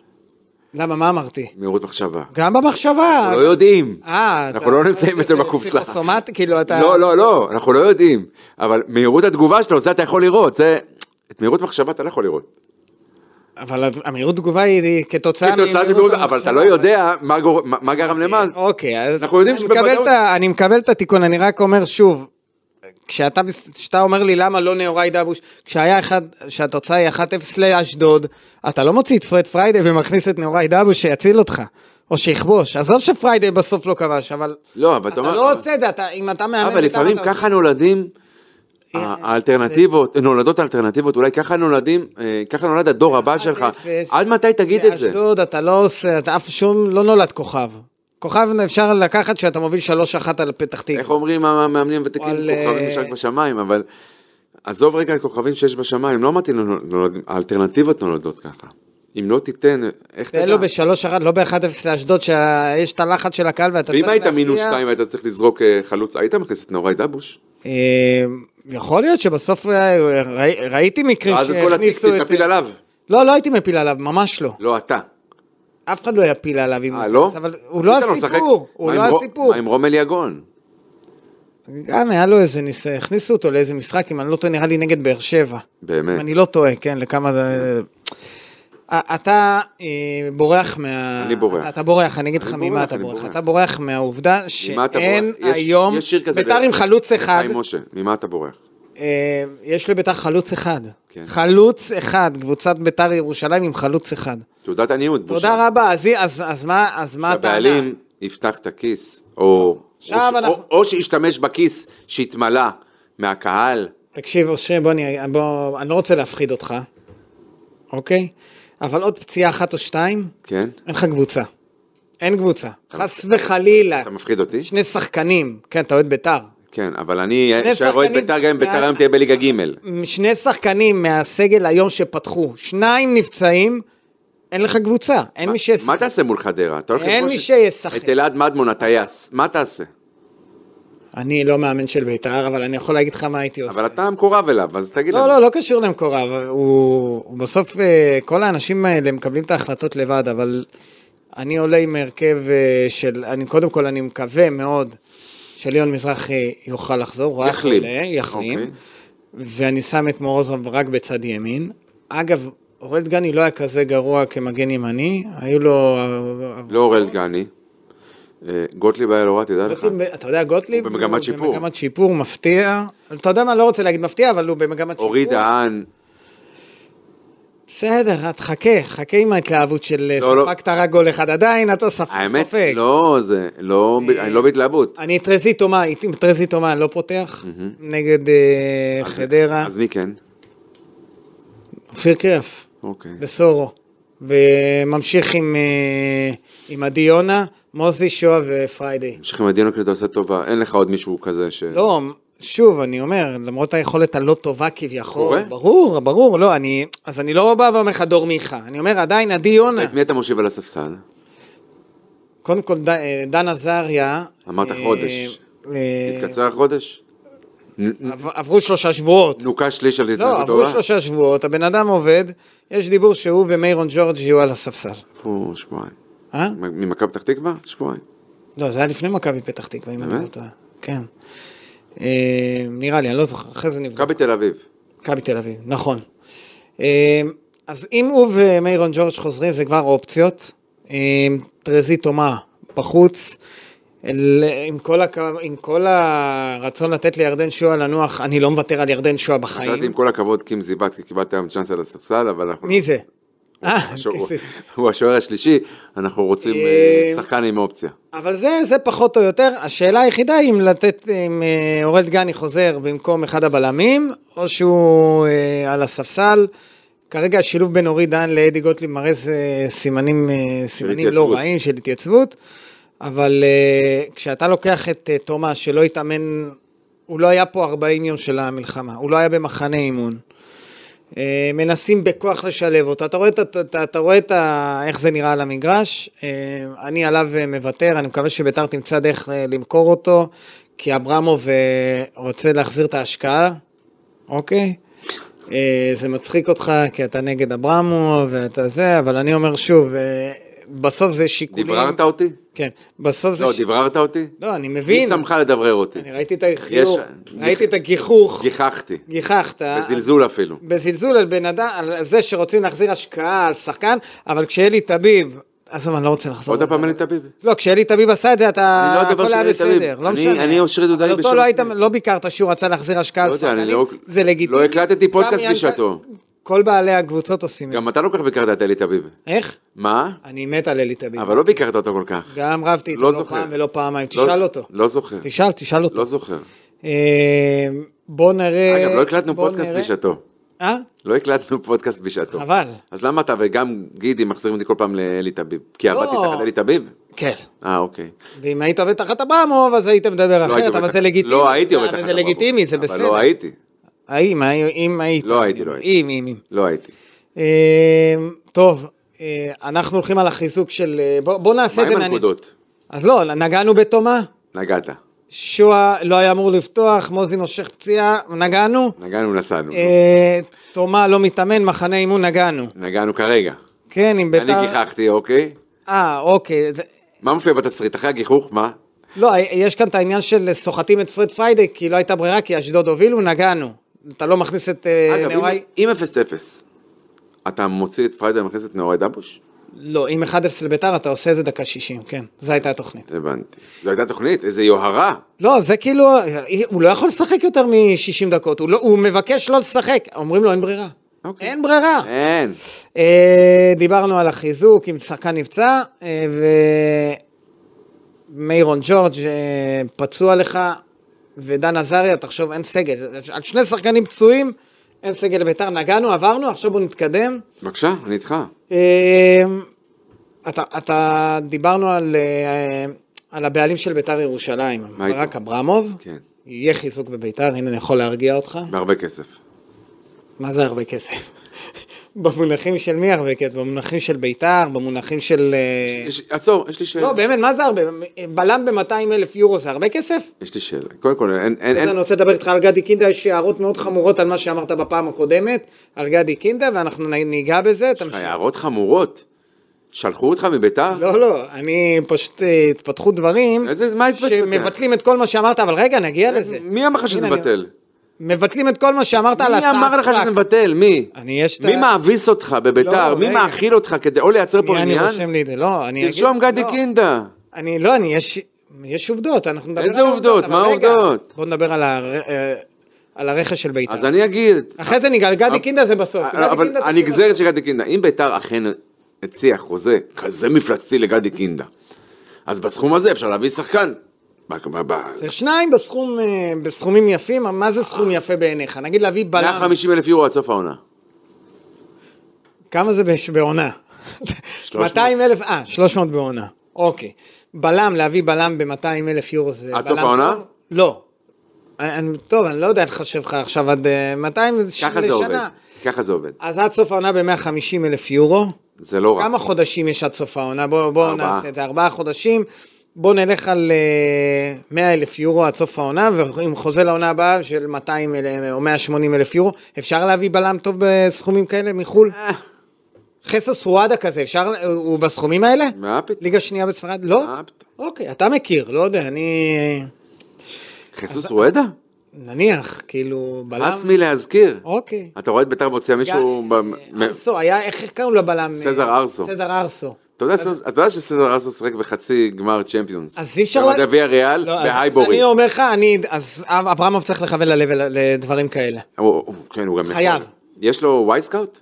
למה, מה אמרתי? מהירות מחשבה. גם במחשבה. אנחנו לא יודעים. אה, אנחנו לא נמצאים אצל בקופסה. פסיכוסומט, כאילו אתה... לא, לא, לא, אנחנו לא יודעים. אבל מהירות התגובה שלו, זה אתה יכול לראות, זה... את מהירות מחשבה אתה לא יכול לראות. אבל המהירות תגובה היא כתוצאה... כתוצאה של מהירות, אבל אתה לא יודע מה גרם למה. אוקיי, אז... אנחנו יודעים שבוודאות... אני מקבל את התיקון, אני רק אומר שוב, כשאתה, כשאתה אומר לי למה לא נאורי דבוש, כשהיה אחד, שהתוצאה היא אחת אפס לאשדוד, אתה לא מוציא את פרד פריידי ומכניס את נאורי דבוש שיציל אותך, או שיכבוש. עזוב שפריידי בסוף לא כבש, אבל... לא, אבל אתה לא עושה את זה, אם אתה מאמן... אבל לפעמים ככה נולדים האלטרנטיבות, נולדות האלטרנטיבות, אולי ככה נולדים, ככה נולד הדור הבא שלך. עד מתי תגיד את זה? באשדוד אתה לא עושה, אתה אף שום לא נולד כוכב. כוכב אפשר לקחת שאתה מוביל שלוש אחת על פתח תקווה. איך אומרים המאמנים ותיקים, כוכבים יש רק בשמיים, אבל עזוב רגע על כוכבים שיש בשמיים, לא אמרתי, האלטרנטיבות נולדות ככה. אם לא תיתן, איך תדע? תן לו בשלוש אחת, לא ב-אחד אפס לאשדוד, שיש את הלחץ של הקהל ואתה צריך להפתיע. ואם היית מינוס שתיים, היית צריך לזרוק חלוץ, היית מכניס את נאורי דבוש? יכול להיות שבסוף ראיתי מקרים שהכניסו את... אז כל התיק תפיל עליו. לא, לא הייתי מפיל עליו, ממש לא. לא, אתה. אף אחד לא יפיל עליו. אה, לא? אבל הוא לא הסיפור, הוא לא הסיפור. מה עם רומל יגון? גם היה לו איזה ניסיון, הכניסו אותו לאיזה משחק, אם אני לא טועה, נראה לי נגד באר שבע. באמת? אני לא טועה, כן, לכמה... אתה בורח מה... אני בורח. אתה בורח, אני אגיד לך ממה אתה בורח. אתה בורח מהעובדה שאין היום בית"ר עם חלוץ אחד. חיים משה, ממה אתה בורח? יש לבית"ר חלוץ אחד. חלוץ אחד, קבוצת בית"ר ירושלים עם חלוץ אחד. תעודת עניות, בושה. תודה רבה, אז מה אתה... שהבעלים יפתח את הכיס, או שישתמש בכיס שהתמלא מהקהל. תקשיב, אושרי, בוא, אני לא רוצה להפחיד אותך. אוקיי? אבל עוד פציעה אחת או שתיים, כן. אין לך קבוצה. אין קבוצה. חס וחלילה. אתה מפחיד אותי? שני שחקנים. כן, אתה אוהד בית"ר. כן, אבל אני שרואה את בית"ר גם אם בית"ר היום תהיה בליגה ג'. שני שחקנים מהסגל היום שפתחו, שניים נפצעים, אין לך קבוצה. אין מי שישחק. מה תעשה מול חדרה? אין מי שישחק. את אלעד מדמון, הטייס. מה תעשה? אני לא מאמן של בית"ר, אבל אני יכול להגיד לך מה הייתי עושה. אבל אתה מקורב אליו, אז תגיד לנו. לא, לא, לא קשור למקורב. הוא בסוף, כל האנשים האלה מקבלים את ההחלטות לבד, אבל אני עולה עם הרכב של, אני קודם כל, אני מקווה מאוד שליון מזרחי יוכל לחזור. יחלים. יחלים. ואני שם את מורוזוב רק בצד ימין. אגב, אורל דגני לא היה כזה גרוע כמגן ימני, היו לו... לא אורל דגני. גוטליב היה לא רע, תדע לך. אתה יודע, גוטליב הוא במגמת שיפור. הוא במגמת שיפור, מפתיע. אתה יודע מה, לא רוצה להגיד מפתיע, אבל הוא במגמת שיפור. אורי דהן. בסדר, את חכה, חכה עם ההתלהבות של ספקת רק גול אחד עדיין, אתה ספק. האמת, לא, זה, לא, אני לא בהתלהבות. אני טרזי תומה, עם טרזי תומה, אני לא פותח, נגד חדרה. אז מי כן? אופיר קריאף. אוקיי. בסורו. וממשיך עם, עם הדיונה, מוזי, שואה ופריידי. ממשיך עם הדיונה, כי אתה עושה טובה. אין לך עוד מישהו כזה ש... לא, שוב, אני אומר, למרות היכולת הלא טובה כביכול. קורה? ברור, ברור, לא, אני, אז אני לא בא ואומר לך דור מיכה. אני אומר, עדיין, הדיונה. את מי אתה מושיב על הספסל? קודם כל, ד, דן עזריה. אמרת חודש. התקצר החודש? עברו שלושה שבועות. נוקה שליש על התנהגות טובה? לא, עברו שלושה שבועות, הבן אדם עובד, יש דיבור שהוא ומיירון ג'ורג' יהיו על הספסל. פה שבועיים. אה? ממכבי פתח תקווה? שבועיים. לא, זה היה לפני מכבי פתח תקווה, אם אני לא טועה. כן. נראה לי, אני לא זוכר, אחרי זה נבדוק. מכבי תל אביב. מכבי תל אביב, נכון. אז אם הוא ומיירון ג'ורג' חוזרים, זה כבר אופציות. טרזי תומה בחוץ, עם כל, הכ... עם כל הרצון לתת לירדן שואה לנוח, אני לא מוותר על ירדן שואה בחיים. חשבתי עם כל הכבוד קים זיבת, כי קיבלת היום צ'אנס על הספסל, אבל אנחנו... מי זה? הוא השוער השלישי, אנחנו רוצים שחקן עם אופציה. אבל זה, זה פחות או יותר, השאלה היחידה היא אם לתת, אם אורל דגני חוזר במקום אחד הבלמים, או שהוא על הספסל. כרגע השילוב בין אורי דהן לאדי גוטליב מראה סימנים, סימנים לא רעים של התייצבות, אבל כשאתה לוקח את תומא שלא התאמן, הוא לא היה פה ארבעים יום של המלחמה, הוא לא היה במחנה אימון. מנסים בכוח לשלב אותו, אתה רואה, אתה, אתה רואה את ה, איך זה נראה על המגרש, אני עליו מוותר, אני מקווה שבית"ר תמצא דרך למכור אותו, כי אברמוב רוצה להחזיר את ההשקעה, אוקיי? זה מצחיק אותך, כי אתה נגד אברמוב ואתה זה, אבל אני אומר שוב, בסוף זה שיקולים... דבררת אותי? כן, בסוף זה... לא, דבררת אותי? לא, אני מבין. מי שמך לדברר אותי? אני ראיתי את החיוך, ראיתי את הגיחוך. גיחכתי. גיחכת. בזלזול אפילו. בזלזול על בן אדם, על זה שרוצים להחזיר השקעה, על שחקן, אבל כשאלי טביב, אז אני לא רוצה לחזור. עוד הפעם אלי טביב. לא, כשאלי טביב עשה את זה, אתה... אני לא אדבר של אלי טביב. לא משנה. אני אושרי דודאי בשביל... אבל אותו לא ביקרת שהוא רצה להחזיר השקעה על שחקנים, זה לגיטימי. לא הקלטתי פודקאסט בשעתו. כל בעלי הקבוצות עושים. גם אתה לא כל כך ביקרת את אלי טביב. איך? מה? אני מת על אלי טביב. אבל לא ביקרת אותו כל כך. גם רבתי איתו לא פעם ולא פעמיים. תשאל אותו. לא זוכר. תשאל, תשאל אותו. לא זוכר. בוא נראה... אגב, לא הקלטנו פודקאסט בשעתו. אה? לא הקלטנו פודקאסט בשעתו. חבל. אז למה אתה וגם גידי מחזירים אותי כל פעם לאלי טביב? כי עבדתי תחת אלי טביב? כן. אה, אוקיי. ואם היית עובד תחת אברמוב, אז היית מדבר אחרת, אבל זה לגיטימי. לא הייתי עובד תחת אברמוב. זה לגיטימי, זה בסדר. אבל לא הייתי. האם, אם היית. לא הייתי, לא הייתי. אם, אם, אם. לא הייתי. טוב, אנחנו הולכים על החיזוק של... בוא נעשה את זה. מה עם הנקודות? אז לא, נגענו בתומה. נגעת. שואה לא היה אמור לפתוח, מוזי מושך פציעה, נגענו? נגענו, נסענו. תומה לא מתאמן, מחנה אימון, נגענו. נגענו כרגע. כן, עם ביתר... אני גיחכתי, אוקיי? אה, אוקיי. מה מופיע בתסריט? אחרי הגיחוך, מה? לא, יש כאן את העניין של סוחטים את פרד פריידי, כי לא הייתה ברירה, כי אשדוד הובילו, נגענו. אתה לא מכניס את... אגב, אם אפס אפס, אתה מוציא את פריידי ומכניס את נאורי דבוש? לא, עם אחד אפס לביתר אתה עושה איזה דקה שישים, כן, זו הייתה התוכנית. הבנתי. זו הייתה תוכנית? איזה יוהרה? לא, זה כאילו, הוא לא יכול לשחק יותר מ-שישים דקות, הוא, לא, הוא מבקש לא לשחק, אומרים לו אין ברירה. אוקיי. אין ברירה. אין. אה, דיברנו על החיזוק עם שחקן נפצע, אה, ומיירון ג'ורג' אה, פצוע לך, ודן עזריה, תחשוב, אין סגל. על שני שחקנים פצועים, אין סגל לביתר, נגענו, עברנו, עכשיו בוא נתקדם. בבקשה, אני איתך. אה, אתה, אתה דיברנו על, אה, על הבעלים של ביתר ירושלים, ברק אברמוב. כן. יהיה חיזוק בביתר, הנה אני יכול להרגיע אותך. בהרבה כסף. מה זה הרבה כסף? במונחים של מי הרבה כסף? במונחים של ביתר, במונחים של... יש, עצור, יש לי שאלה. לא, באמת, מה זה הרבה? בלם ב-מאתיים אלף יורו זה הרבה כסף? יש לי שאלה. קודם כל, אין... אין, אין... אני רוצה לדבר איתך על גדי קינדה, יש הערות מאוד חמורות על מה שאמרת בפעם הקודמת, על גדי קינדה, ואנחנו ניגע בזה. יש לך הערות חמורות? שלחו אותך מביתר? לא, לא, אני פשוט התפתחו דברים... איזה, מה התפתח? שמבטלים את כל מה שאמרת, אבל רגע, נגיע לזה. מי אמר לך שזה מבטל? מבטלים את כל מה שאמרת על הצעת מי אמר לך שזה מבטל? מי? מי מאביס אותך בביתר? מי מאכיל אותך כדי או לייצר פה עניין? אני רושם לי את זה, לא, אני אגיד... תרשום גדי קינדה. אני, לא, אני, יש, יש עובדות, אנחנו נדבר על איזה עובדות? מה העובדות? בוא נדבר על, הר... על הרכש של ביתר. אז אני אגיד. אחרי זה ניגע, גדי קינדה זה בסוף. אבל הנגזרת של גדי קינדה, אם ביתר אכן הציע חוזה כזה מפלצתי לגדי קינדה, אז בסכום הזה אפשר להביא שחקן. זה שניים בסכום, בסכומים יפים, מה זה סכום יפה בעיניך? נגיד להביא בלם... מאה וחמישים אלף יורו עד סוף העונה. כמה זה בעונה? מאתיים אלף, אה, שלוש מאות בעונה. אוקיי. בלם, להביא בלם ב-מאתיים אלף יורו זה... עד סוף העונה? לא. טוב, אני לא יודע איך חשב לך עכשיו עד מאתיים לשנה. ככה זה עובד. ככה זה עובד. אז עד סוף העונה ב-מאה וחמישים אלף יורו. זה לא רע. כמה חודשים יש עד סוף העונה? בואו נעשה את זה. ארבעה חודשים. בואו נלך על מאה אלף יורו עד סוף העונה, ועם חוזה לעונה הבאה של מאתיים או מאה ושמונים אלף יורו, אפשר להביא בלם טוב בסכומים כאלה מחול? חסוס רואדה כזה, אפשר, הוא בסכומים האלה? מה פתאום? ליגה שנייה בספרד? לא? מה פתאום? אוקיי, אתה מכיר, לא יודע, אני... חסוס רואדה? נניח, כאילו, בלם... הס מלהזכיר. אוקיי. אתה רואה את ביתר מוציאה מישהו... ארסו, היה, איך קראו לבלם? סזר ארסו. סזר ארסו. אתה יודע שסזר ארסו שחק בחצי גמר צ'מפיונס. אז אי אפשר... במדעי הריאל, בהייבורי. אז אני אומר לך, אז אברמוב צריך לכוון לדברים כאלה. כן, הוא גם... חייב. יש לו וייסקאוט?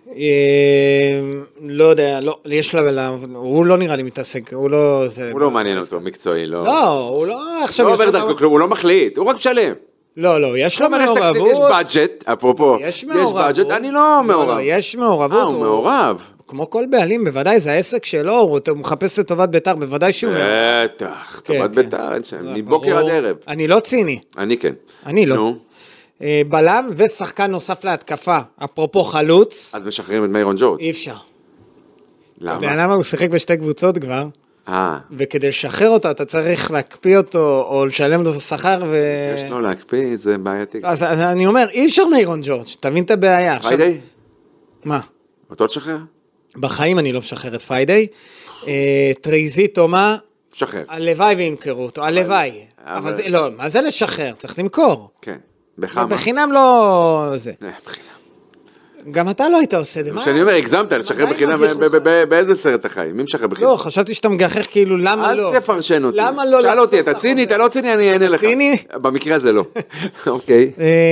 לא יודע, יש לה... הוא לא נראה לי מתעסק, הוא לא... הוא לא מעניין אותו, מקצועי, לא... לא, הוא לא... לא עובר דרכו כלום, הוא לא מחליט, הוא רק משלם. לא, לא, יש לו מעורבות. יש בדג'ט, אפרופו. יש מעורבות. יש בדג'ט, אני לא מעורב. יש מעורבות. אה, הוא מעורב. כמו כל בעלים, בוודאי, זה העסק שלו, הוא מחפש את טובת ביתר, בוודאי שהוא... בטח, טובת ביתר, מבוקר עד ערב. אני לא ציני. אני כן. אני לא. בלם ושחקן נוסף להתקפה, אפרופו חלוץ. אז משחררים את מיירון ג'ורג'. אי אפשר. למה? למה הוא שיחק בשתי קבוצות כבר? אה. וכדי לשחרר אותו, אתה צריך להקפיא אותו, או לשלם לו את השכר ו... יש לו להקפיא, זה בעייתי. אז אני אומר, אי אפשר מיירון ג'ורג', תבין את הבעיה. פיידי? מה? אותו תשחרר? בחיים אני לא משחרר את פיידי. טרייזי תומה, משחרר. הלוואי וימכרו אותו, הלוואי. אבל זה, לא, מה זה לשחרר? צריך למכור. כן, בחמה. בחינם לא... זה. בחינם. גם אתה לא היית עושה את זה. כשאני אומר, הגזמת, לשחרר בחינם, באיזה סרט אתה חי? מי משחרר בחינם? לא, חשבתי שאתה מגחך כאילו, למה לא? אל תפרשן אותי. למה לא? שאל אותי, אתה ציני, אתה לא ציני, אני אענה לך. ציני? במקרה הזה לא. אוקיי.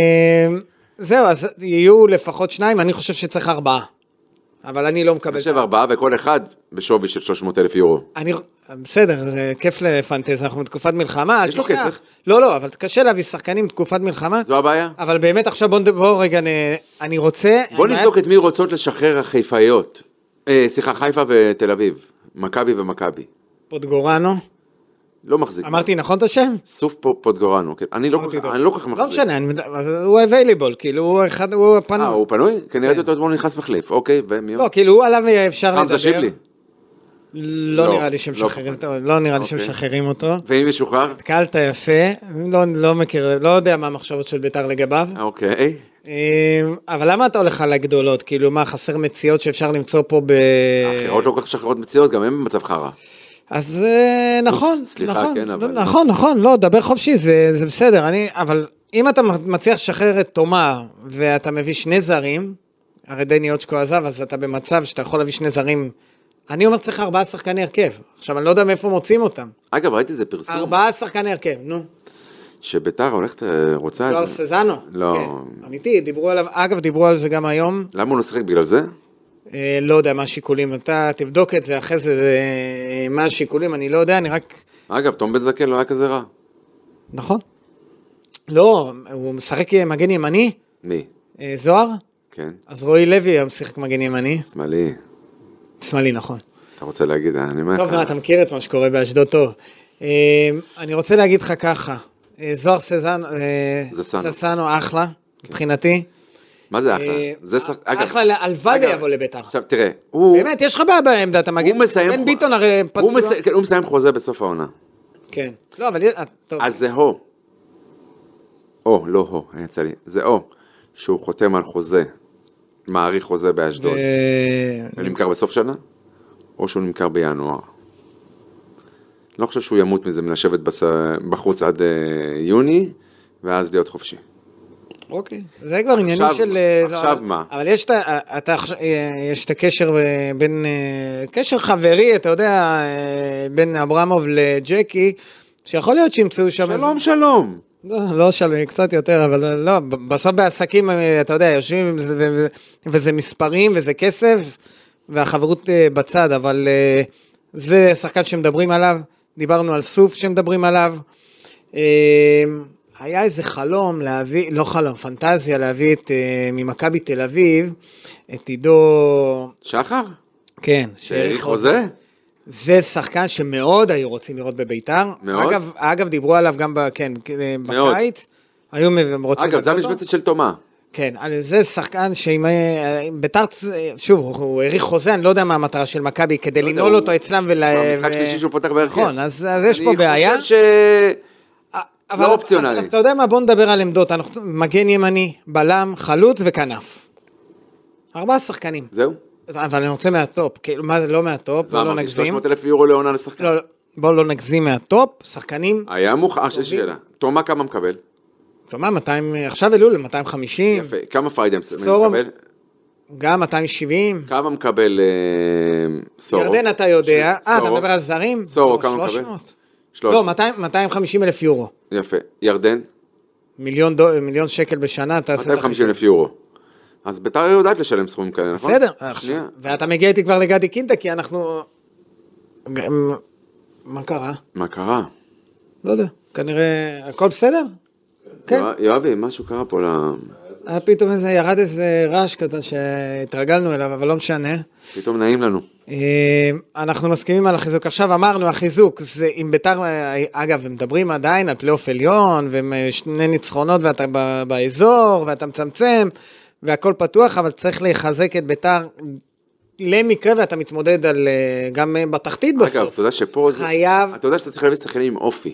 זהו, אז יהיו לפחות שניים, אני חושב שצריך ארבעה. אבל אני לא מקבל. אני חושב ארבעה וכל אחד בשווי של שלוש מאות אלף יורו. אני, בסדר, זה כיף לפנטז, אנחנו בתקופת מלחמה. יש לו כסף. לא, לא, אבל קשה להביא שחקנים בתקופת מלחמה. זו הבעיה. אבל באמת עכשיו בוא, בוא רגע, אני רוצה... בוא נבדוק את מי רוצות לשחרר החיפאיות. סליחה, חיפה ותל אביב. מכבי ומכבי. פוטגורנו. לא מחזיק. אמרתי נכון את השם? סוף פוטגורנו, אני לא כל כך מחזיק. לא משנה, הוא available, כאילו הוא אחד, הוא פנוי. אה, הוא פנוי? כנראה אותו אתמול נכנס מחליף, אוקיי, ומי? לא, כאילו הוא עליו אפשר לדבר. חמזה שיבלי? לא נראה לי שמשחררים אותו, לא נראה לי שמשחררים אותו. ואם משוחרר? התקלת יפה, לא מכיר, לא יודע מה המחשבות של ביתר לגביו. אוקיי. אבל למה אתה הולך על הגדולות? כאילו מה, חסר מציאות שאפשר למצוא פה ב... אחרות לא כל כך משחררות מציאות, גם הם במצב חרא. אז נכון, סליחה, כן, אבל... נכון, נכון, לא, דבר חופשי, זה, זה בסדר, אני, אבל אם אתה מצליח לשחרר את תומה, ואתה מביא שני זרים, הרי דניוצ'קו עזב, אז אתה במצב שאתה יכול להביא שני זרים, אני אומר צריך ארבעה שחקני הרכב, עכשיו אני לא יודע מאיפה מוצאים אותם. אגב, ראיתי איזה פרסום. ארבעה שחקני הרכב, נו. שביתר הולכת, רוצה זוהר איזה... סזנו? לא. כן, אמיתי, דיברו עליו, אגב, דיברו על זה גם היום. למה הוא לא שחק בגלל זה? אה, לא יודע מה השיקולים, אתה תבדוק את זה, אחרי זה, אה, מה השיקולים, אני לא יודע, אני רק... אגב, תום בן זקן לא היה כזה רע. נכון. לא, הוא משחק מגן ימני? מי? אה, זוהר? כן. אז רועי לוי הוא משחק מגן ימני. שמאלי. שמאלי, נכון. אתה רוצה להגיד, אני אומר לך. טוב, אתה מכיר את מה שקורה באשדוד טוב. אני רוצה להגיד לך ככה, זוהר סזנו אחלה, מבחינתי. מה זה אחלה? זה שחק... אחלה, הלוואי ויבוא לביתר. עכשיו תראה, הוא... באמת, יש לך בעיה בעמדת המגן. הוא מסיים... בן ביטון הרי פצוע. הוא מסיים חוזה בסוף העונה. כן. לא, אבל... אז זה הו. או, לא הו, יצא לי. זה או, שהוא חותם על חוזה, מעריך חוזה באשדוד. ונמכר בסוף שנה? או שהוא נמכר בינואר. לא חושב שהוא ימות מזה מלשבת בחוץ עד יוני, ואז להיות חופשי. אוקיי. זה כבר עניינים של... עכשיו מה? אבל יש את הקשר בין... קשר חברי, אתה יודע, בין אברמוב לג'קי, שיכול להיות שימצאו שם... שלום, שלום. לא, לא שלום, קצת יותר, אבל לא, בסוף בעסקים, אתה יודע, יושבים, וזה מספרים, וזה כסף, והחברות בצד, אבל זה שחקן שמדברים עליו, דיברנו על סוף שמדברים עליו, היה איזה חלום להביא, לא חלום, פנטזיה להביא את, ממכבי תל אביב, את עידו... שחר? כן. שהעריך חוזה? זה שחקן שמאוד היו רוצים לראות בביתר. מאוד? אגב, אגב דיברו עליו גם ב, כן, בקיץ. היו רוצים... אגב, זה המשבצת של תומה. כן, זה שחקן שאם ביתר, שוב, הוא העריך חוזה, אני לא יודע מה המטרה של מכבי, כדי לנעול אותו אצלם ול... המשחק שלישי שהוא פותח בהרכב. נכון, אז יש פה בעיה. אני חושב ש... לא אופציונלי. אז אתה יודע מה, בוא נדבר על עמדות. מגן ימני, בלם, חלוץ וכנף. ארבעה שחקנים. זהו? אבל אני רוצה מהטופ, כאילו, מה זה לא מהטופ, בוא לא נגזים. שלוש מאות אלף יורו לעונה לשחקן. לא, בוא לא נגזים מהטופ, שחקנים. היה מוכר, יש שאלה. תומה כמה מקבל? תומה, מאתיים, עכשיו אלול, מאתיים וחמישים. יפה, כמה פיידם מקבל? גם מאתיים שבעים. כמה מקבל סורו? ירדן אתה יודע. אה, אתה מדבר על זרים? סורו, כמה מקבל? לא, מאתיים וחמישים אלף יורו. יפה, ירדן? מיליון שקל בשנה, אתה עושה את מאתיים וחמישים אלף יורו. אז ביתר יודעת לשלם סכומים כאלה, נכון? בסדר, ואתה מגיע איתי כבר לגדי קינדה, כי אנחנו... מה קרה? מה קרה? לא יודע, כנראה... הכל בסדר? כן. יואבי, משהו קרה פה ל... היה פתאום איזה, ירד איזה רעש קטן שהתרגלנו אליו, אבל לא משנה. פתאום נעים לנו. אנחנו מסכימים על החיזוק. עכשיו אמרנו, החיזוק, זה עם ביתר, אגב, הם מדברים עדיין על פלייאוף עליון, ושני ניצחונות ואתה באזור, ואתה מצמצם, והכל פתוח, אבל צריך לחזק את ביתר למקרה, ואתה מתמודד על, גם בתחתית בסוף. אגב, אתה יודע שפה חייב... זה... אתה יודע שאתה צריך להביא שחקנים עם אופי.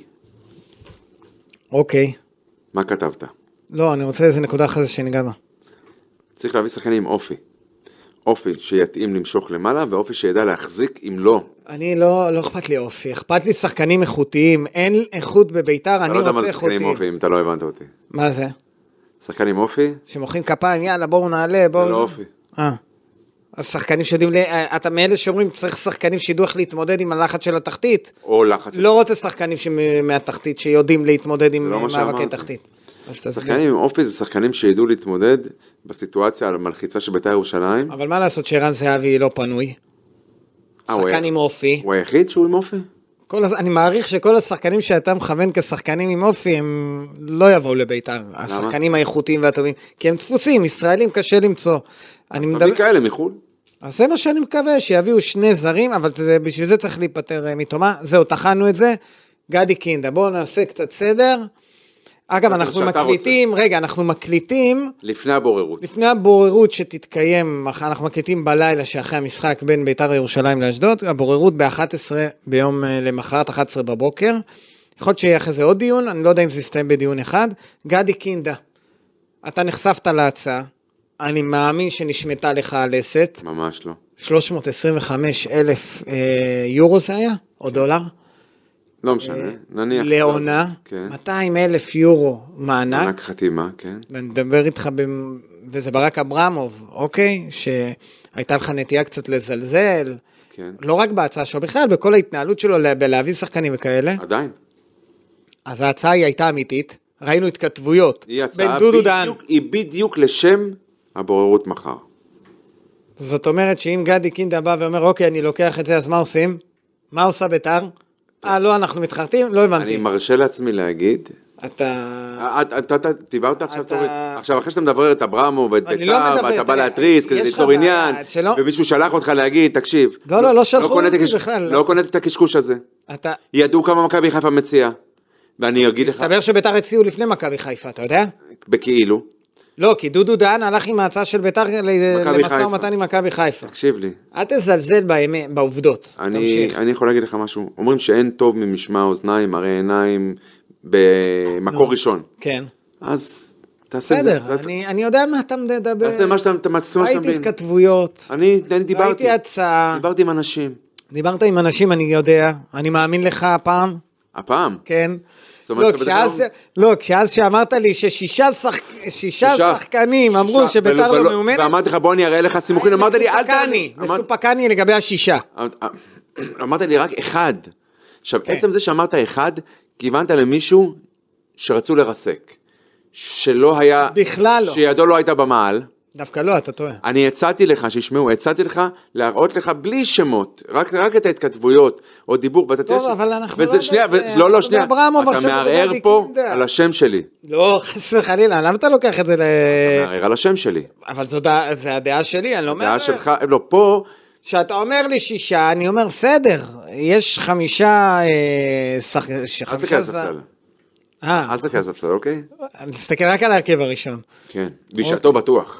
אוקיי. מה כתבת? לא, אני רוצה איזה נקודה אחרי זה שניגע בה. צריך להביא שחקנים עם אופי. אופי שיתאים למשוך למעלה, ואופי שידע להחזיק אם לא. אני לא, לא אכפת לי אופי, אכפת לי שחקנים איכותיים, אין איכות בביתר, אני רוצה איכותיים. אתה לא יודע מה זה שחקנים עם אופי, אם אתה לא הבנת אותי. מה זה? שחקנים עם אופי? שמוחאים כפיים, יאללה, בואו נעלה, בואו... זה לא אופי. אה. אז שחקנים שיודעים, אתה מאלה שאומרים, צריך שחקנים שידעו איך להתמודד עם הלחץ של התחתית. או לחץ. לא רוצה שחקנים מהתחתית שיודעים להתמודד עם מאבקי תחתית. שחקנים עם אופי זה שחקנים שידעו להתמודד בסיטואציה על המלחיצה של בית"ר ירושלים. אבל מה לעשות שערן זהבי לא פנוי? שחקן עם אופי. הוא היחיד שהוא עם אופי? אני מעריך שכל השחקנים שאתה מכוון כשחקנים עם אופי, הם לא יבואו לבית"ר. השחקנים האיכותיים והטובים. כי הם דפוסים, ישראלים קשה למצוא. אז תביא כאלה מחול. אז זה מה שאני מקווה, שיביאו שני זרים, אבל בשביל זה צריך להיפטר מתומה. זהו, תחנו את זה. גדי קינדה, בואו נעשה קצת סדר. אגב, אנחנו מקליטים, רגע, אנחנו מקליטים... לפני הבוררות. לפני הבוררות שתתקיים, אנחנו מקליטים בלילה שאחרי המשחק בין בית"ר ירושלים לאשדוד, הבוררות ב-אחת עשרה ביום למחרת, אחת עשרה בבוקר. יכול להיות שיהיה אחרי זה עוד דיון, אני לא יודע אם זה יסתיים בדיון אחד. גדי קינדה, אתה נחשפת להצעה, אני מאמין שנשמתה לך הלסת. ממש לא. שלוש מאות עשרים וחמישה אלף יורו זה היה? או דולר? לא משנה, נניח. לעונה, מאתיים אלף יורו מענק. מענק חתימה, כן. ואני מדבר איתך וזה ברק אברמוב, אוקיי? שהייתה לך נטייה קצת לזלזל, כן. לא רק בהצעה שלו, בכלל, בכל ההתנהלות שלו, בלהביא שחקנים וכאלה. עדיין. אז ההצעה היא הייתה אמיתית, ראינו התכתבויות. היא הצעה בין דודו דהן. בדיוק, היא בדיוק לשם הבוררות מחר. זאת אומרת שאם גדי קינדה בא ואומר, אוקיי, אני לוקח את זה, אז מה עושים? מה עושה בית"ר? אה, לא, אנחנו מתחרטים? לא הבנתי. אני מרשה לעצמי להגיד, אתה... אתה, אתה, דיברת עכשיו, אתה- תוריד. עכשיו, אחרי שאתה מדבר את אברמוב ואת אני לא בית"ר, מדבר, ואתה בא תראה, להתריס כדי יש לך ליצור בעיה, עניין, שלא- ומישהו שלח אותך להגיד, תקשיב. לא, לא, לא שלחו קונה את אותי הקש- בכלל. לא קונה את הקשקוש הזה. אתה... ידעו כמה מכבי חיפה מציע, ואני אגיד לך, מסתבר שבית"ר הציעו לפני מכבי חיפה, אתה יודע? בכאילו, לא, כי דודו דהן הלך עם ההצעה של בית"ר למשא חיפה. ומתן עם מכבי חיפה. תקשיב לי, אל תזלזל באמת, בעובדות. אני, תמשיך. אני יכול להגיד לך משהו, אומרים שאין טוב ממשמע אוזניים, מראה עיניים, במקור ראשון. כן. אז תעשה את זה. בסדר, אני, אני יודע מה אתה מדבר. תעשה מה שאתה אתה- מה שאתה ראיתי מבין. התכתבויות, אני אני דיברתי, ראיתי הצעה, דיברתי עם אנשים. דיברת עם אנשים, אני יודע, אני מאמין לך הפעם, הפעם, כן. זאת אומרת לא, שבדרך כשאז, כלל- לא, כשאז שאמרת לי ששישה שח... שישה שישה. שחקנים אמרו שישה, שבית"ר ולא- לא מאומנת, ואמרתי לך, בוא אני אראה לך סימוכים, אמרת לי, אל מסופקני, תעני. אמרת- מסופקני לגבי השישה. אמרת לי רק אחד. עכשיו, כן. עצם זה שאמרת אחד, כיוונת למישהו שרצו לרסק. שלא היה, בכלל לא. שידו לא הייתה במעל. דווקא לא, אתה טועה. אני הצעתי לך, שישמעו, הצעתי לך להראות לך בלי שמות, רק, רק את ההתכתבויות, או דיבור, ואתה טוב, תראה ש- אבל אנחנו וזה, לא שנייה, בזה, ו... לא, לא, אנחנו שנייה, באברמוב אתה עכשיו, מערער בגדי פה קינדה. על השם שלי, לא, חס וחלילה, למה אתה לוקח את זה ל... מערער על השם שלי, אבל זו דע- זה הדעה שלי, אני לא אומר... דעה שלך, לא, פה, כשאתה אומר לי שישה, אני אומר, בסדר, יש חמישה... אה, שח... אז זה שחמישה כסף זר- סל, אה, אז זה כסף סל, אוקיי? אני מסתכל רק על ההרכב הראשון. כן, בשעתו בטוח.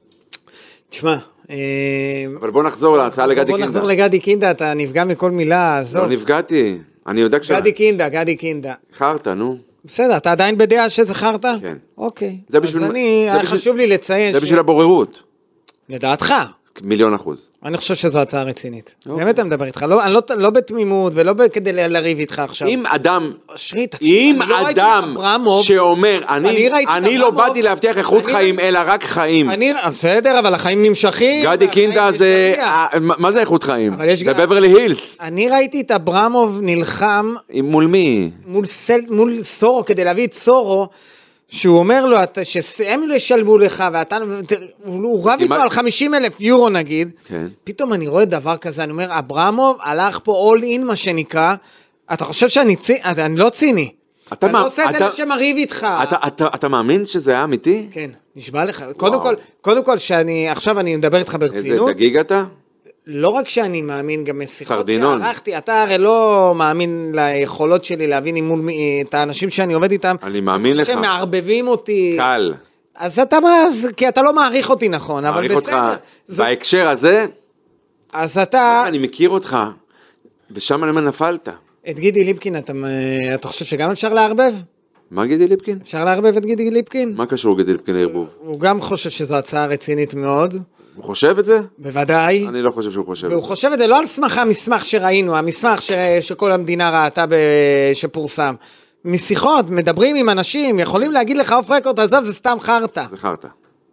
תשמע, אה, אבל בוא נחזור להצעה לגדי בוא קינדה. נחזור לגדי קינדה, אתה נפגע מכל מילה, עזוב. לא נפגעתי, אני יודע כש... גדי קינדה, גדי קינדה. חרת, נו. בסדר, אתה עדיין בדעה שזכרת? כן. אוקיי. זה בשביל- אז אני, זה היה בשביל- חשוב לי לציין זה ש... בשביל הבוררות, לדעתך. מיליון אחוז. אני חושב שזו הצעה רצינית. אוקיי. באמת אני מדבר איתך, לא, אני לא, לא בתמימות ולא כדי לריב איתך עכשיו. אם אדם, אשרי, תקשיב, אם אני לא ראיתי אדם את אברמוב, שאומר, אני אני ראיתי את אני לא אברמוב, באתי להבטיח איכות אני חיים, ראיתי- אלא רק חיים. אני, בסדר, אבל החיים נמשכים. גדי קינדה החיים זה, נמשכים. אה, מה זה איכות חיים? אבל יש זה גם- בברלי הילס. אני ראיתי את אברמוב נלחם מול מי? מול, סל, מול סורו, כדי להביא את סורו, שהוא אומר לו, אתה- שהם לא ישלמו לך, ואתה, הוא, הוא רב איתו כמעט- על חמישים אלף יורו נגיד, כן. פתאום אני רואה דבר כזה, אני אומר, אברמוב הלך פה all in מה שנקרא, אתה חושב שאני צי, אני לא ציני, אתה אני מה- לא עושה את זה אתה- לשם הריב איתך. אתה- אתה- אתה מאמין שזה היה אמיתי? כן, נשבע לך, קודם כל, קודם כל שאני, עכשיו אני מדבר איתך איזה ברצינות, דגיג אתה? לא רק שאני מאמין, גם משיחות סרדינון. שערכתי, אתה הרי לא מאמין ליכולות שלי להבין עם מול מי- את האנשים שאני עובד איתם. אני מאמין אני לך. חושב שהם מערבבים אותי. קל. אז אתה מה, אז- כי אתה לא מעריך אותי נכון, אבל מעריך אותך בסדר. זה- בהקשר הזה, אז אתה, אני מכיר אותך, ושם אני אומר נפלת. את גידי ליפקין, אתה, אתה חושב שגם אפשר לערבב? מה גידי ליפקין? אפשר לערבב את גידי ליפקין? מה קשור גידי ליפקין לערבוב? הוא גם חושב שזו הצעה רצינית מאוד, הוא חושב את זה? בוודאי. אני לא חושב שהוא חושב את והוא זה. חושב את זה לא על סמך המסמך שראינו, המסמך ש... שכל המדינה ראתה ב... שפורסם. משיחות, מדברים עם אנשים, יכולים להגיד לך אוף רקורד, עזוב, זה סתם חרטה. זכרת.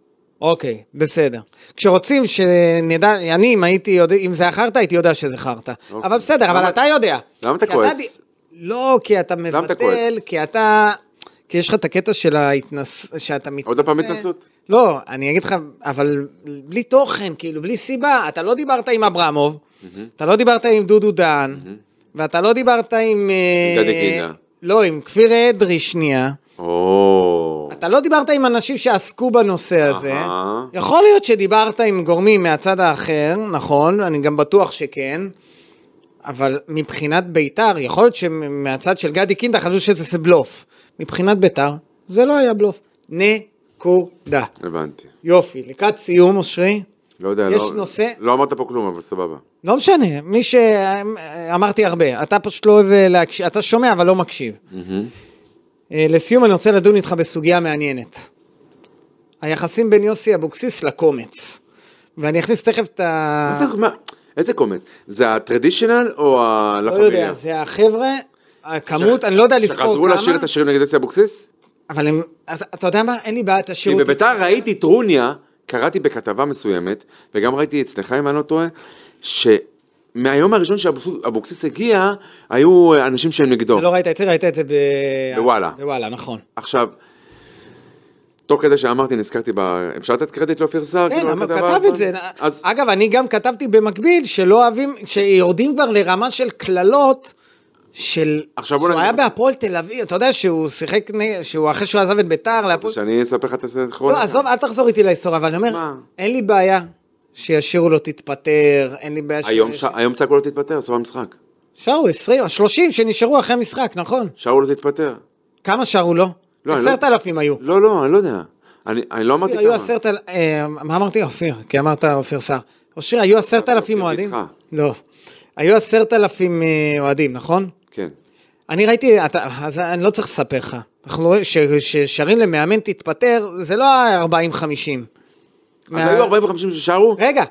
אוקיי, בסדר. כשרוצים שנדע, אני אם הייתי יודע, אם זה חרטה, הייתי יודע שזה חרטה. אוקיי. אבל בסדר, אבל למה- אתה יודע. למה אתה כי כועס? ד- לא, כי אתה למה אתה מבטל, כועס? כי אתה... כי יש לך את הקטע של ההתנס... שאתה מתנסה. עוד פעם התנסות? לא, אני אגיד לך, אבל בלי תוכן, כאילו, בלי סיבה. אתה לא דיברת עם אברמוב, אתה לא דיברת עם דודו דהן, ואתה לא דיברת עם... אה, גדי קינדה. לא, עם כפיר אדרי שנייה. או... אתה לא דיברת עם אנשים שעסקו בנושא הזה. אהה. יכול להיות שדיברת עם גורמים מהצד האחר, נכון, אני גם בטוח שכן. אבל מבחינת ביתר, יכול להיות שמהצד של גדי קינדה חשבו שזה בלוף. מבחינת ביתר, זה לא היה בלוף. נקודה. הבנתי. יופי, לקראת סיום, אושרי. לא יודע, יש לא... נושא- לא אמרת פה כלום, אבל סבבה. לא משנה, מי שאמרתי הרבה, אתה פשוט לא אוהב להקשיב, אתה שומע אבל לא מקשיב. אה, לסיום אני רוצה לדון איתך בסוגיה מעניינת. היחסים בין יוסי אבוקסיס לקומץ. ואני אכניס תכף את ה... מה זה- מה- איזה קומץ? זה הטרדישיונל או הלה לא פמיליה? יודע, זה החבר'ה, הכמות, אני לא יודע לזכור כמה. שחזרו לשיר את השירים נגד יוסי אבוקסיס? אבל הם, אז אתה יודע מה? אין לי בעיה, תשאירו כי אותי. בביתר ראיתי טרוניה, קראתי בכתבה מסוימת, וגם ראיתי אצלך, אם אני לא טועה, שמהיום הראשון שאבוקסיס הגיע, היו אנשים שהם נגדו. אתה לא ראית את זה, ראית את זה ב... בוואלה. בוואלה, נכון. עכשיו, תוך כדי שאמרתי, נזכרתי ב... אפשר לתת קרדיט לאופיר סער? כן, אבל כתב את זה. אז... אגב, אני גם כתבתי במקביל, שלא אוהבים, שיורדים כבר לרמה של כללות, של... עכשיו שהוא היה בהפועל תל אביב, אתה יודע שהוא שיחק, שהוא אחרי שהוא עזב את ביתר, להפועל... שאני אספר לך את הסכרון. לא, עזוב, אל תחזור איתי להיסטוריה, אבל אני אומר, אין לי בעיה שישירו לו תתפטר, אין לי בעיה... היום צעקו לו תתפטר, סוף המשחק. שרו, עשרים, שלושים שנשארו אחרי המשחק, נכון? שרו לו תתפטר. כמה שרו לו? עשרת אלפים היו. לא, לא, אני לא יודע. אני לא אמרתי כמה. היו עשרת אלפים, מה אמרתי? אופיר, כי אמרת אופיר סער. אושרי, היו עשרת אלפים אוהדים? לא. היו עשרת אלפים אוהדים, נכון? כן. אני ראיתי, אז אני לא צריך לספר לך. אנחנו רואים ששרים למאמן תתפטר, זה לא ארבעים חמישים. אז היו ארבעים וחמישים ששרו? רגע,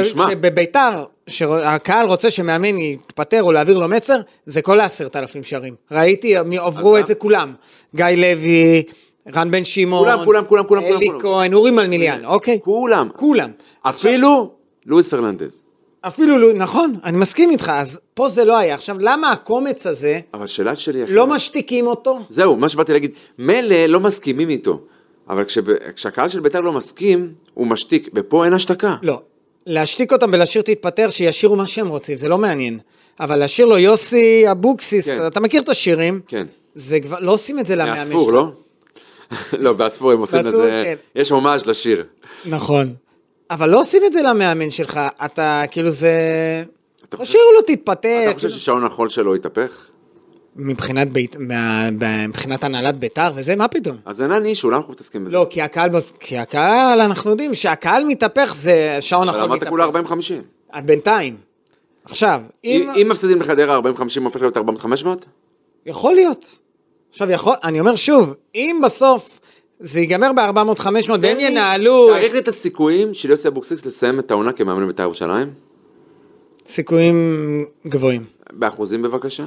שבביתר, שהקהל רוצה שמאמן יתפטר או להעביר לו מצר, זה כל העשרת אלפים שרים. ראיתי, עברו את זה כולם. גיא לוי, רן בן שמעון, כולם, כולם, כולם, כולם, אלי כהן, אורי מלמיליאן, אוקיי? כולם. כולם. אפילו לואיס פרננדז. אפילו, נכון, אני מסכים איתך, אז פה זה לא היה. עכשיו, למה הקומץ הזה, אבל שאלה שלי אחרת. לא משתיקים אותו? זהו, מה שבאתי להגיד, מלא לא מסכימים איתו, אבל כשהקהל של ביתר לא מסכים, הוא משתיק, ופה אין השתקה. לא, להשתיק אותם ולשיר תתפטר, שישירו מה שהם רוצים, זה לא מעניין. אבל לשיר לו יוסי אבוקסיס, אתה מכיר את השירים? כן. זה כבר, לא עושים את זה למאמן שלו. מהספור, לא? לא, באספור הם עושים את זה, יש הומאז' לשיר. נכון. אבל לא עושים את זה למאמן שלך, אתה כאילו זה... תשאירו לו תתפטר. אתה חושב ששעון החול שלו יתהפך? מבחינת בית, מבחינת הנהלת ביתר וזה, מה פתאום? אז אין אני אישו, למה אנחנו מתעסקים בזה? לא, כי הקהל, כי הקהל, אנחנו יודעים שהקהל מתהפך, זה שעון החול מתהפך. אבל אמרת כולה ארבעים חמישים. בינתיים. עכשיו, אם... אם מפסידים לחדרה ארבעים חמישים, הופך להיות ארבעים חמש מאות? יכול להיות. עכשיו, יכול, אני אומר שוב, אם בסוף זה ייגמר ב-ארבע מאות חמש מאות, והם ינהלו... תעריך לי את הסיכויים של יוסי אבוקסיס לסיים את העונה כמאמן בית"ר ירושלים? סיכויים גבוהים. באחוזים בבקשה?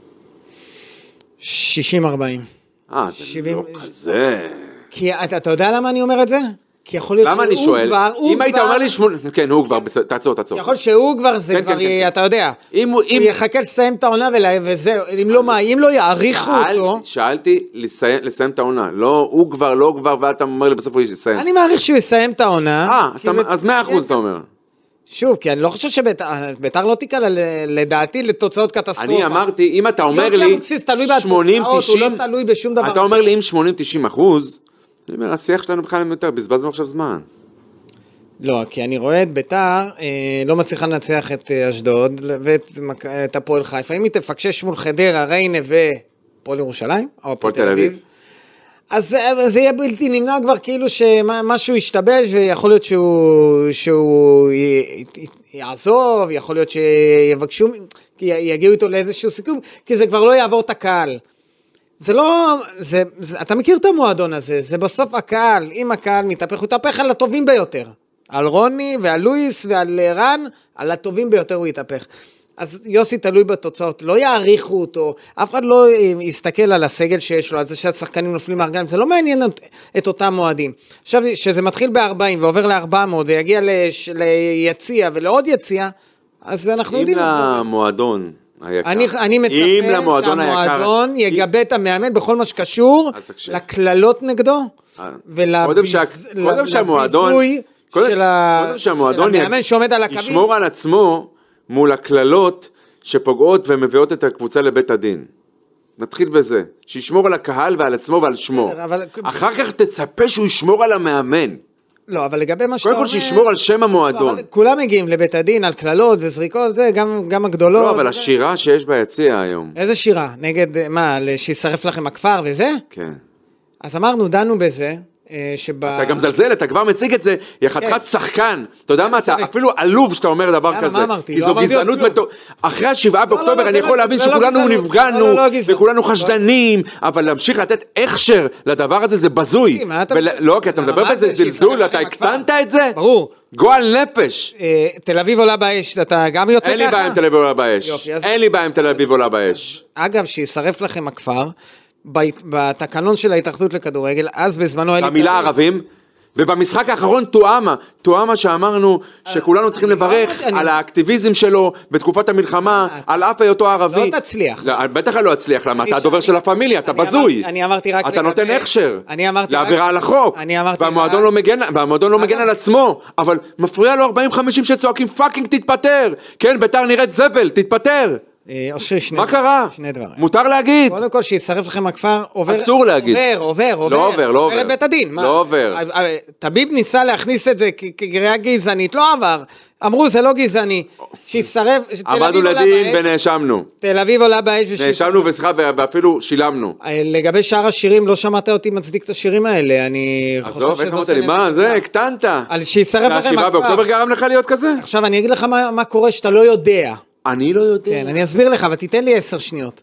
שישים ארבעים. אה, זה לא כזה... כי אתה יודע למה אני אומר את זה? כי יכול להיות למה אני שואל? אם היית אומר לי שמונה... כן, הוא כבר, תעצור, תעצור. יכול שהוא כבר, זה כבר, אתה יודע. הוא יחכה לסיים את העונה וזהו, אם לא מה, אם לא יעריכו אותו... שאלתי לסיים את העונה, לא, הוא כבר, לא כבר, ואתה אומר לי בסוף הוא יסיים. אני מעריך שהוא יסיים את העונה. אה, אז מאה אחוז אתה אומר. שוב, כי אני לא חושב שביתר לא תיקה לדעתי לתוצאות קטסטרופה. אני אמרתי, אם אתה אומר לי שמונים תשעים, אתה אומר לי אם שמונים תשעים אחוז, אני אומר, השיח שלנו בכלל יותר, בזבזנו עכשיו זמן. לא, כי אני רואה את ביתר, לא מצליחה לנצח את אשדוד, ואת הפועל חיפה. אם היא תפקשש מול חדרה, ריינה ופועל ירושלים, או הפועל תל אביב, אז זה יהיה בלתי נמנע כבר כאילו שמשהו ישתבש, ויכול להיות שהוא, שהוא יעזוב, יכול להיות שיבקשו, יגיעו איתו לאיזשהו סיכום, כי זה כבר לא יעבור את הקהל. זה לא, זה, זה, אתה מכיר את המועדון הזה, זה בסוף הקהל, אם הקהל מתהפך, הוא יתהפך על הטובים ביותר. על רוני ועל לואיס ועל רן, על הטובים ביותר הוא יתהפך. אז יוסי תלוי בתוצאות, לא יעריכו אותו, אף אחד לא יסתכל על הסגל שיש לו, על זה שהשחקנים נופלים מהרגליים, זה לא מעניין את אותם מועדים. עכשיו, שזה מתחיל ב-ארבעים ועובר ל-ארבע מאות ויגיע לש, ליציע ולעוד יציע, אז אנחנו יודעים... אם למועדון היקר. אני, אני מצפה שהמועדון יגבה את המאמן בכל מה שקשור לכללות נגדו, ולביזוי של המאמן שעומד על הקווים. ישמור על עצמו מול הכללות שפוגעות ומביאות את הקבוצה לבית הדין. נתחיל בזה, שישמור על הקהל ועל עצמו ועל שמו. אחר כך תצפה שהוא ישמור על המאמן. לא, אבל לגבי מה שאתה אומר... קודם כל שישמור על שם המועדון. כולם מגיעים לבית הדין, על כללות וזריקות, זה גם הגדולות. לא, אבל השירה שיש ביציע היום. איזה שירה? נגד, מה, שישרף לכם הכפר וזה? כן. אז אמרנו, דנו בזה, שבה... אתה גם זלזל, אתה כבר מציג את זה, יחתכת שחקן. אתה יודע מה, אתה אפילו עלוב שאתה אומר דבר כזה. מה אמרתי? כי זו גזענות מטורפת. אחרי השבעה באוקטובר אני יכול להבין שכולנו נפגענו, וכולנו חשדנים, אבל להמשיך לתת הכשר לדבר הזה זה בזוי. לא, כי אתה מדבר בזה זלזול, אתה הקטנת את זה? ברור. גועל נפש. תל אביב עולה באש, אתה גם יוצא ככה? אין לי בעיה עם תל אביב עולה באש. אין לי בעיה עם תל אביב עולה באש. אגב, שישרף לכם הכפר, בתקנון של ההתאחדות לכדורגל, אז בזמנו... המילה ערבים, ובמשחק האחרון תואמה, תואמה שאמרנו שכולנו צריכים לברך על האקטיביזם שלו בתקופת המלחמה, על אף היותו ערבי. לא תצליח. בטח לא אצליח, למה? אתה הדובר של הפמיליה, אתה בזוי. אני אמרתי רק... אתה נותן הכשר. אני אמרתי רק... לעבירה על החוק. והמועדון לא מגן על עצמו, אבל מפריע לו ארבעים חמישים שצועקים פאקינג תתפטר. כן, בית"ר נראית זבל, תתפטר. אושרי, שני מה קרה? שני דברים. מותר להגיד. קודם כל, שישרף לכם הכפר, עובר... אסור להגיד. עובר, עובר, עובר. לא עובר, לא עובר. בית הדין. לא עובר. טביב ניסה להכניס את זה כגריעה גזענית, לא עבר. אמרו, זה לא גזעני. שישרף... עמדנו לדין ונאשמנו. תל אביב עולה באש. נאשמנו וסליחה, ואפילו שילמנו. לגבי שאר השירים, לא שמעת אותי מצדיק את השירים האלה. אני חושב עזוב, איך אמרת לי, מה זה? הקטנת. על שישרף לכם הכפר. השבעה באוקטובר גרם לך להיות כזה? עכשיו, אני אגיד לך מה קורה שאתה לא יודע. אני לא יודע. כן, אני אסביר לך, אבל תיתן לי עשר שניות.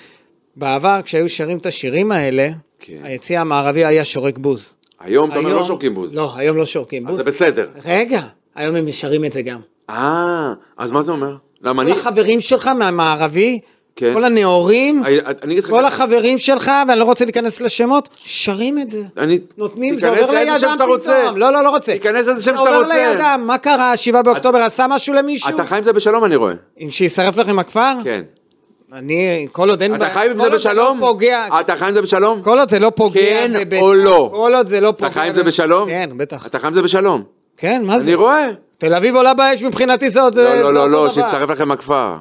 בעבר, כשהיו שרים את השירים האלה, כן. היציע המערבי היה שורק בוז. היום אתה אומר לא שורקים בוז. לא, היום לא שורקים בוז. אז זה בסדר. רגע, היום הם שרים את זה גם. אה, אז מה זה אומר? למה כל אני... החברים שלך מהמערבי, כן. כל הנאורים, אני... כל החברים שלך, ואני לא רוצה להיכנס לשמות, שרים את זה. אני... נותנים, זה עובר לידם פתאום. לא, לא, לא רוצה. תיכנס לזה שם שאתה רוצה. עובר לידם, מה קרה? שבעה באוקטובר עשה משהו למישהו? אתה חי עם זה בשלום, אני רואה. אם שישרף לכם הכפר? כן. אני, כל עוד אין... אתה חי עם זה בשלום? אתה חי עם זה בשלום? כל עוד זה לא פוגע... כן או לא? כל עוד זה לא פוגע... אתה חי עם זה בשלום? כן, בטח. אתה חי עם זה בשלום? כן, מה זה? אני רואה. תל אביב עולה באש מבחינתי זה עוד... לא, לא, לא, לא, שישרף לכם הכפר.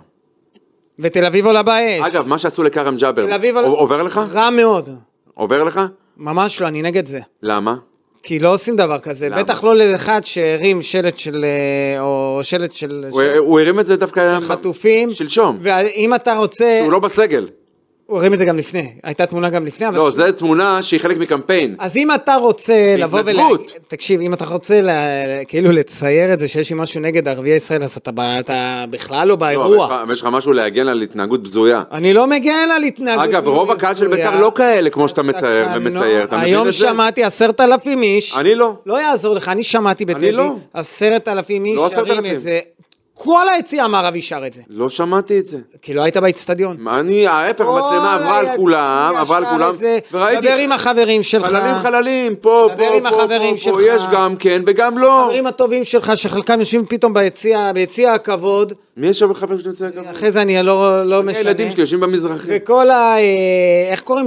ותל אביב עולה באש. אגב, מה שעשו לקרם ג'אבר, עובר לך? רע מאוד. עובר לך? ממש לא, אני נגד זה. למה? כי לא עושים דבר כזה, בטח לא לאחד שהרים שלט של, או שלט של... הוא הרים את זה דווקא... חטופים. שלשום. ואם אתה רוצה... שהוא לא בסגל. הוא הרים את זה גם לפני, הייתה תמונה גם לפני. לא, זו תמונה שהיא חלק מקמפיין. אז אם אתה רוצה לבוא ולהגיד... תקשיב, אם אתה רוצה כאילו לצייר את זה שיש לי משהו נגד ערביי ישראל, אז אתה בכלל לא באירוע. לא, יש לך משהו להגן על התנהגות בזויה. אני לא מגן על התנהגות בזויה. אגב, רוב הקהל של בית"ר לא כאלה כמו שאתה מצייר ומצייר. היום שמעתי עשרת אלפים איש. אני לא. לא יעזור לך, אני שמעתי בטדי. עשרת אלפים איש שרים את זה. כל היציע המערבי שר את זה. לא שמעתי את זה. כי לא היית באצטדיון. אני, ההפך, המצלמה עברה על כולם, עברה על כולם, וראיתי... דבר עם החברים שלך. חללים חללים, פה, פה, פה, פה, יש גם כן וגם לא. החברים הטובים שלך, שחלקם יושבים פתאום ביציע, ביציע הכבוד. מי יש שם בחברים של יציע הכבוד? אחרי זה אני לא משנה. הילדים שלי יושבים במזרחי. וכל ה... איך קוראים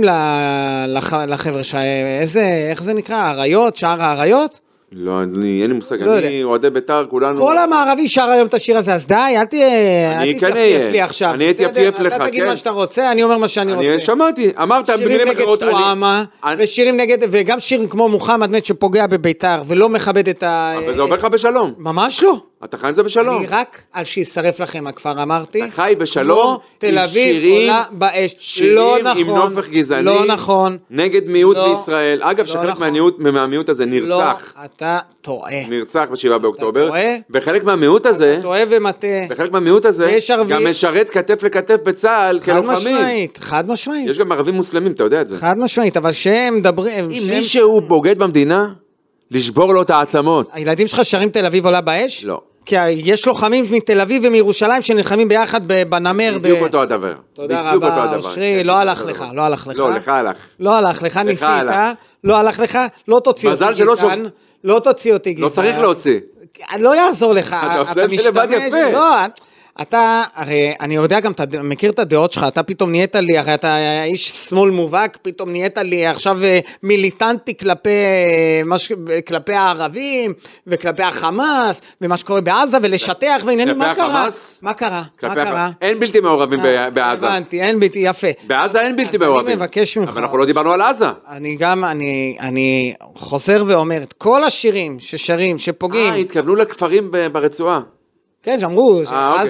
לחבר'ה ש... איך זה נקרא? הריות? שער הריות? לא, אני, אין לי מושג, אני אוהדי בית"ר, כולנו... כל המערבי שר היום את השיר הזה, אז די, אל תתייפייף לי עכשיו. אני אתייפייף לך, כן. אתה תגיד מה שאתה רוצה, אני אומר מה שאני רוצה. אני שמעתי, אמרת במילים אחרות... שירים נגד טועמה, ושירים נגד, וגם שירים כמו מוחמד מת שפוגע בבית"ר, ולא מכבד את ה... אבל זה עובר לך בשלום. ממש לא. אתה חי עם זה בשלום. אני רק על שישרף לכם הכפר אמרתי. אתה חי בשלום תל אביב עולה באש. שירים עם נופך גזעני. לא נכון. נגד מיעוט בישראל. אגב, שחלק מהמיעוט הזה נרצח. לא, אתה טועה. נרצח בשבעה באוקטובר. אתה טועה. וחלק מהמיעוט הזה. אתה טועה ומטה. וחלק מהמיעוט הזה. גם משרת כתף לכתף בצה"ל כלוחמים. חד משמעית, חד משמעית. יש גם ערבים מוסלמים, אתה יודע את זה. חד משמעית, אבל שהם מדברים... אם מישהו בוגד במדינה, לשבור לו את העצמות. הילדים שלך שרים תל אביב עולה באש? לא. כי יש לוחמים מתל אביב ומירושלים שנלחמים ביחד בנמר. בדיוק אותו הדבר. תודה רבה, אושרי, לא הלך לך, לא הלך לך. לא, לך הלך. לא הלך לך, ניסית, לא הלך לך, לא תוציא אותי גזען. לא תוציא אותי גזען. לא צריך להוציא. לא יעזור לך. אתה עושה את זה לבד יפה. לא, אתה, הרי אני יודע גם, אתה מכיר את הדעות שלך, אתה פתאום נהיית לי, הרי אתה איש שמאל מובהק, פתאום נהיית לי עכשיו מיליטנטי כלפי, כלפי הערבים, וכלפי החמאס, ומה שקורה בעזה, ולשטח ועניינים, מה קרה? מה קרה? מה קרה? אין בלתי מעורבים בעזה. הבנתי, אין בלתי, יפה. בעזה אין בלתי מעורבים. אני מבקש ממך. אבל אנחנו לא דיברנו על עזה. אני גם, אני, אני חוזר ואומר, את כל השירים ששרים, שפוגעים. אה, התכוונו לכפרים ברצועה. כן, שאמרו,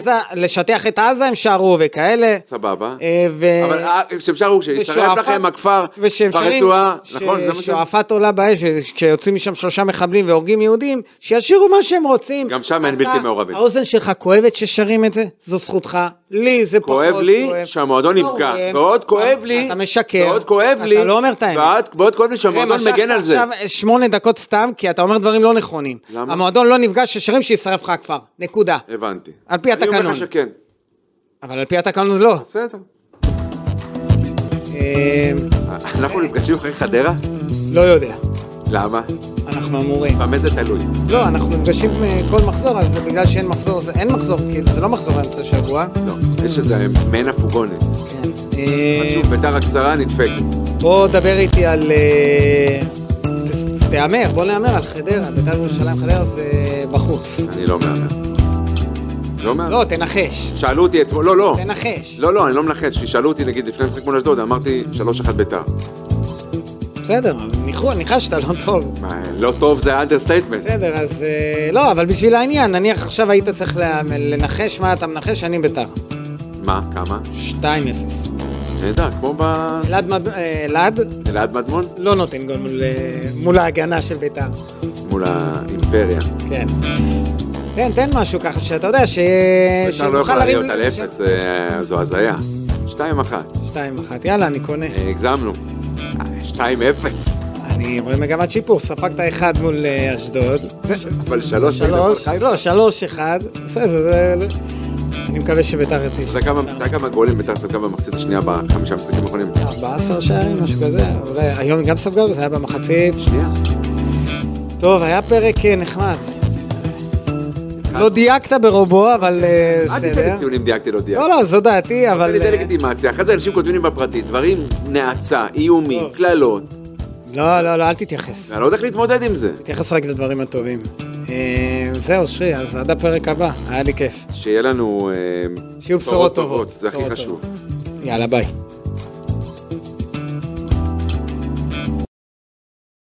לשטח את עזה הם שרו וכאלה. סבבה. אבל שהם שרו, שישרף לכם הכפר ברצועה, נכון? שועפאט עולה באש, וכשיוצאים משם שלושה מחבלים והורגים יהודים, שישירו מה שהם רוצים. גם שם אין בלתי מעורבים. האוזן שלך כואבת ששרים את זה? זו זכותך. לי זה פחות כואב. כואב לי שהמועדון נפגע. ועוד כואב לי. אתה משקר. ועוד כואב לי. אתה לא אומר את האמת. ועוד כואב לי שהמועדון מגן על זה. עכשיו שמונה דקות סתם, כי אתה אומר דברים לא נכונים. למה? המועדון לא נפגע ששרים שישרף לך הכפר. נקודה. הבנתי. על פי התקנון. אני אומר לך שכן. אבל על פי התקנון לא. בסדר. אנחנו נפגשים אחרי חדרה? לא יודע. למה? אנחנו אמורים. במה זה תלוי? לא, אנחנו נפגשים כל מחזור, אז בגלל שאין מחזור, אין מחזור, כאילו זה לא מחזור אמצע שבוע. לא, יש איזה מעין הפוגונת. כן. חשוב, ביתר הקצרה נדפק. בוא דבר איתי על... תאמר, בוא נאמר על חדרה, ביתר ירושלים חדרה זה בחוץ. אני לא מאמר. לא מאמר. לא, תנחש. שאלו אותי אתמול, לא, לא. תנחש. לא, לא, אני לא מנחש, כי שאלו אותי, נגיד, לפני משחק מול אשדוד, אמרתי שלוש אחת ביתר. בסדר, ניחשת לא טוב. מה, לא טוב זה אנדרסטייטמנט. בסדר, אז לא, אבל בשביל העניין, נניח עכשיו היית צריך לנחש מה אתה מנחש, אני ביתר. מה, כמה? שתיים אפס. נדע, כמו ב... אלעד? אלעד מדמון? לא נותן גול מול ההגנה של ביתר. מול האימפריה. כן. תן, תן משהו ככה, שאתה יודע ש... ביתר לא יכולה להיות על אפס, זו הזיה. שתיים אחת. שתיים אחת, יאללה, אני קונה. הגזמנו. שתיים אפס. אני רואה מגמת שיפור, ספקת אחד מול אשדוד. אבל שלוש. שלוש, לא, שלוש אחד. בסדר, זה... אני מקווה שביתר יתיש. אתה יודע כמה גולים ביתר ספגה במחצית השנייה בחמישה משחקים האחרונים? ארבעה עשר שערים, משהו כזה. אולי היום גם ספגה, וזה היה במחצית. שנייה. טוב, היה פרק נחמד. לא דייקת ברובו, אבל בסדר. אל תיתן לי ציונים, דייקתי, לא דייקתי. לא, לא, זו דעתי, אבל... עושה לי דה-לגיטימציה, אחרי זה אנשים כותבים לי בפרטי, דברים נאצה, איומים, כללות. לא, לא, לא, אל תתייחס. אני לא יודע איך להתמודד עם זה. תתייחס רק לדברים הטובים. זהו, שרי, אז עד הפרק הבא, היה לי כיף. שיהיה לנו... שיהיו בשורות טובות. זה הכי חשוב. יאללה, ביי.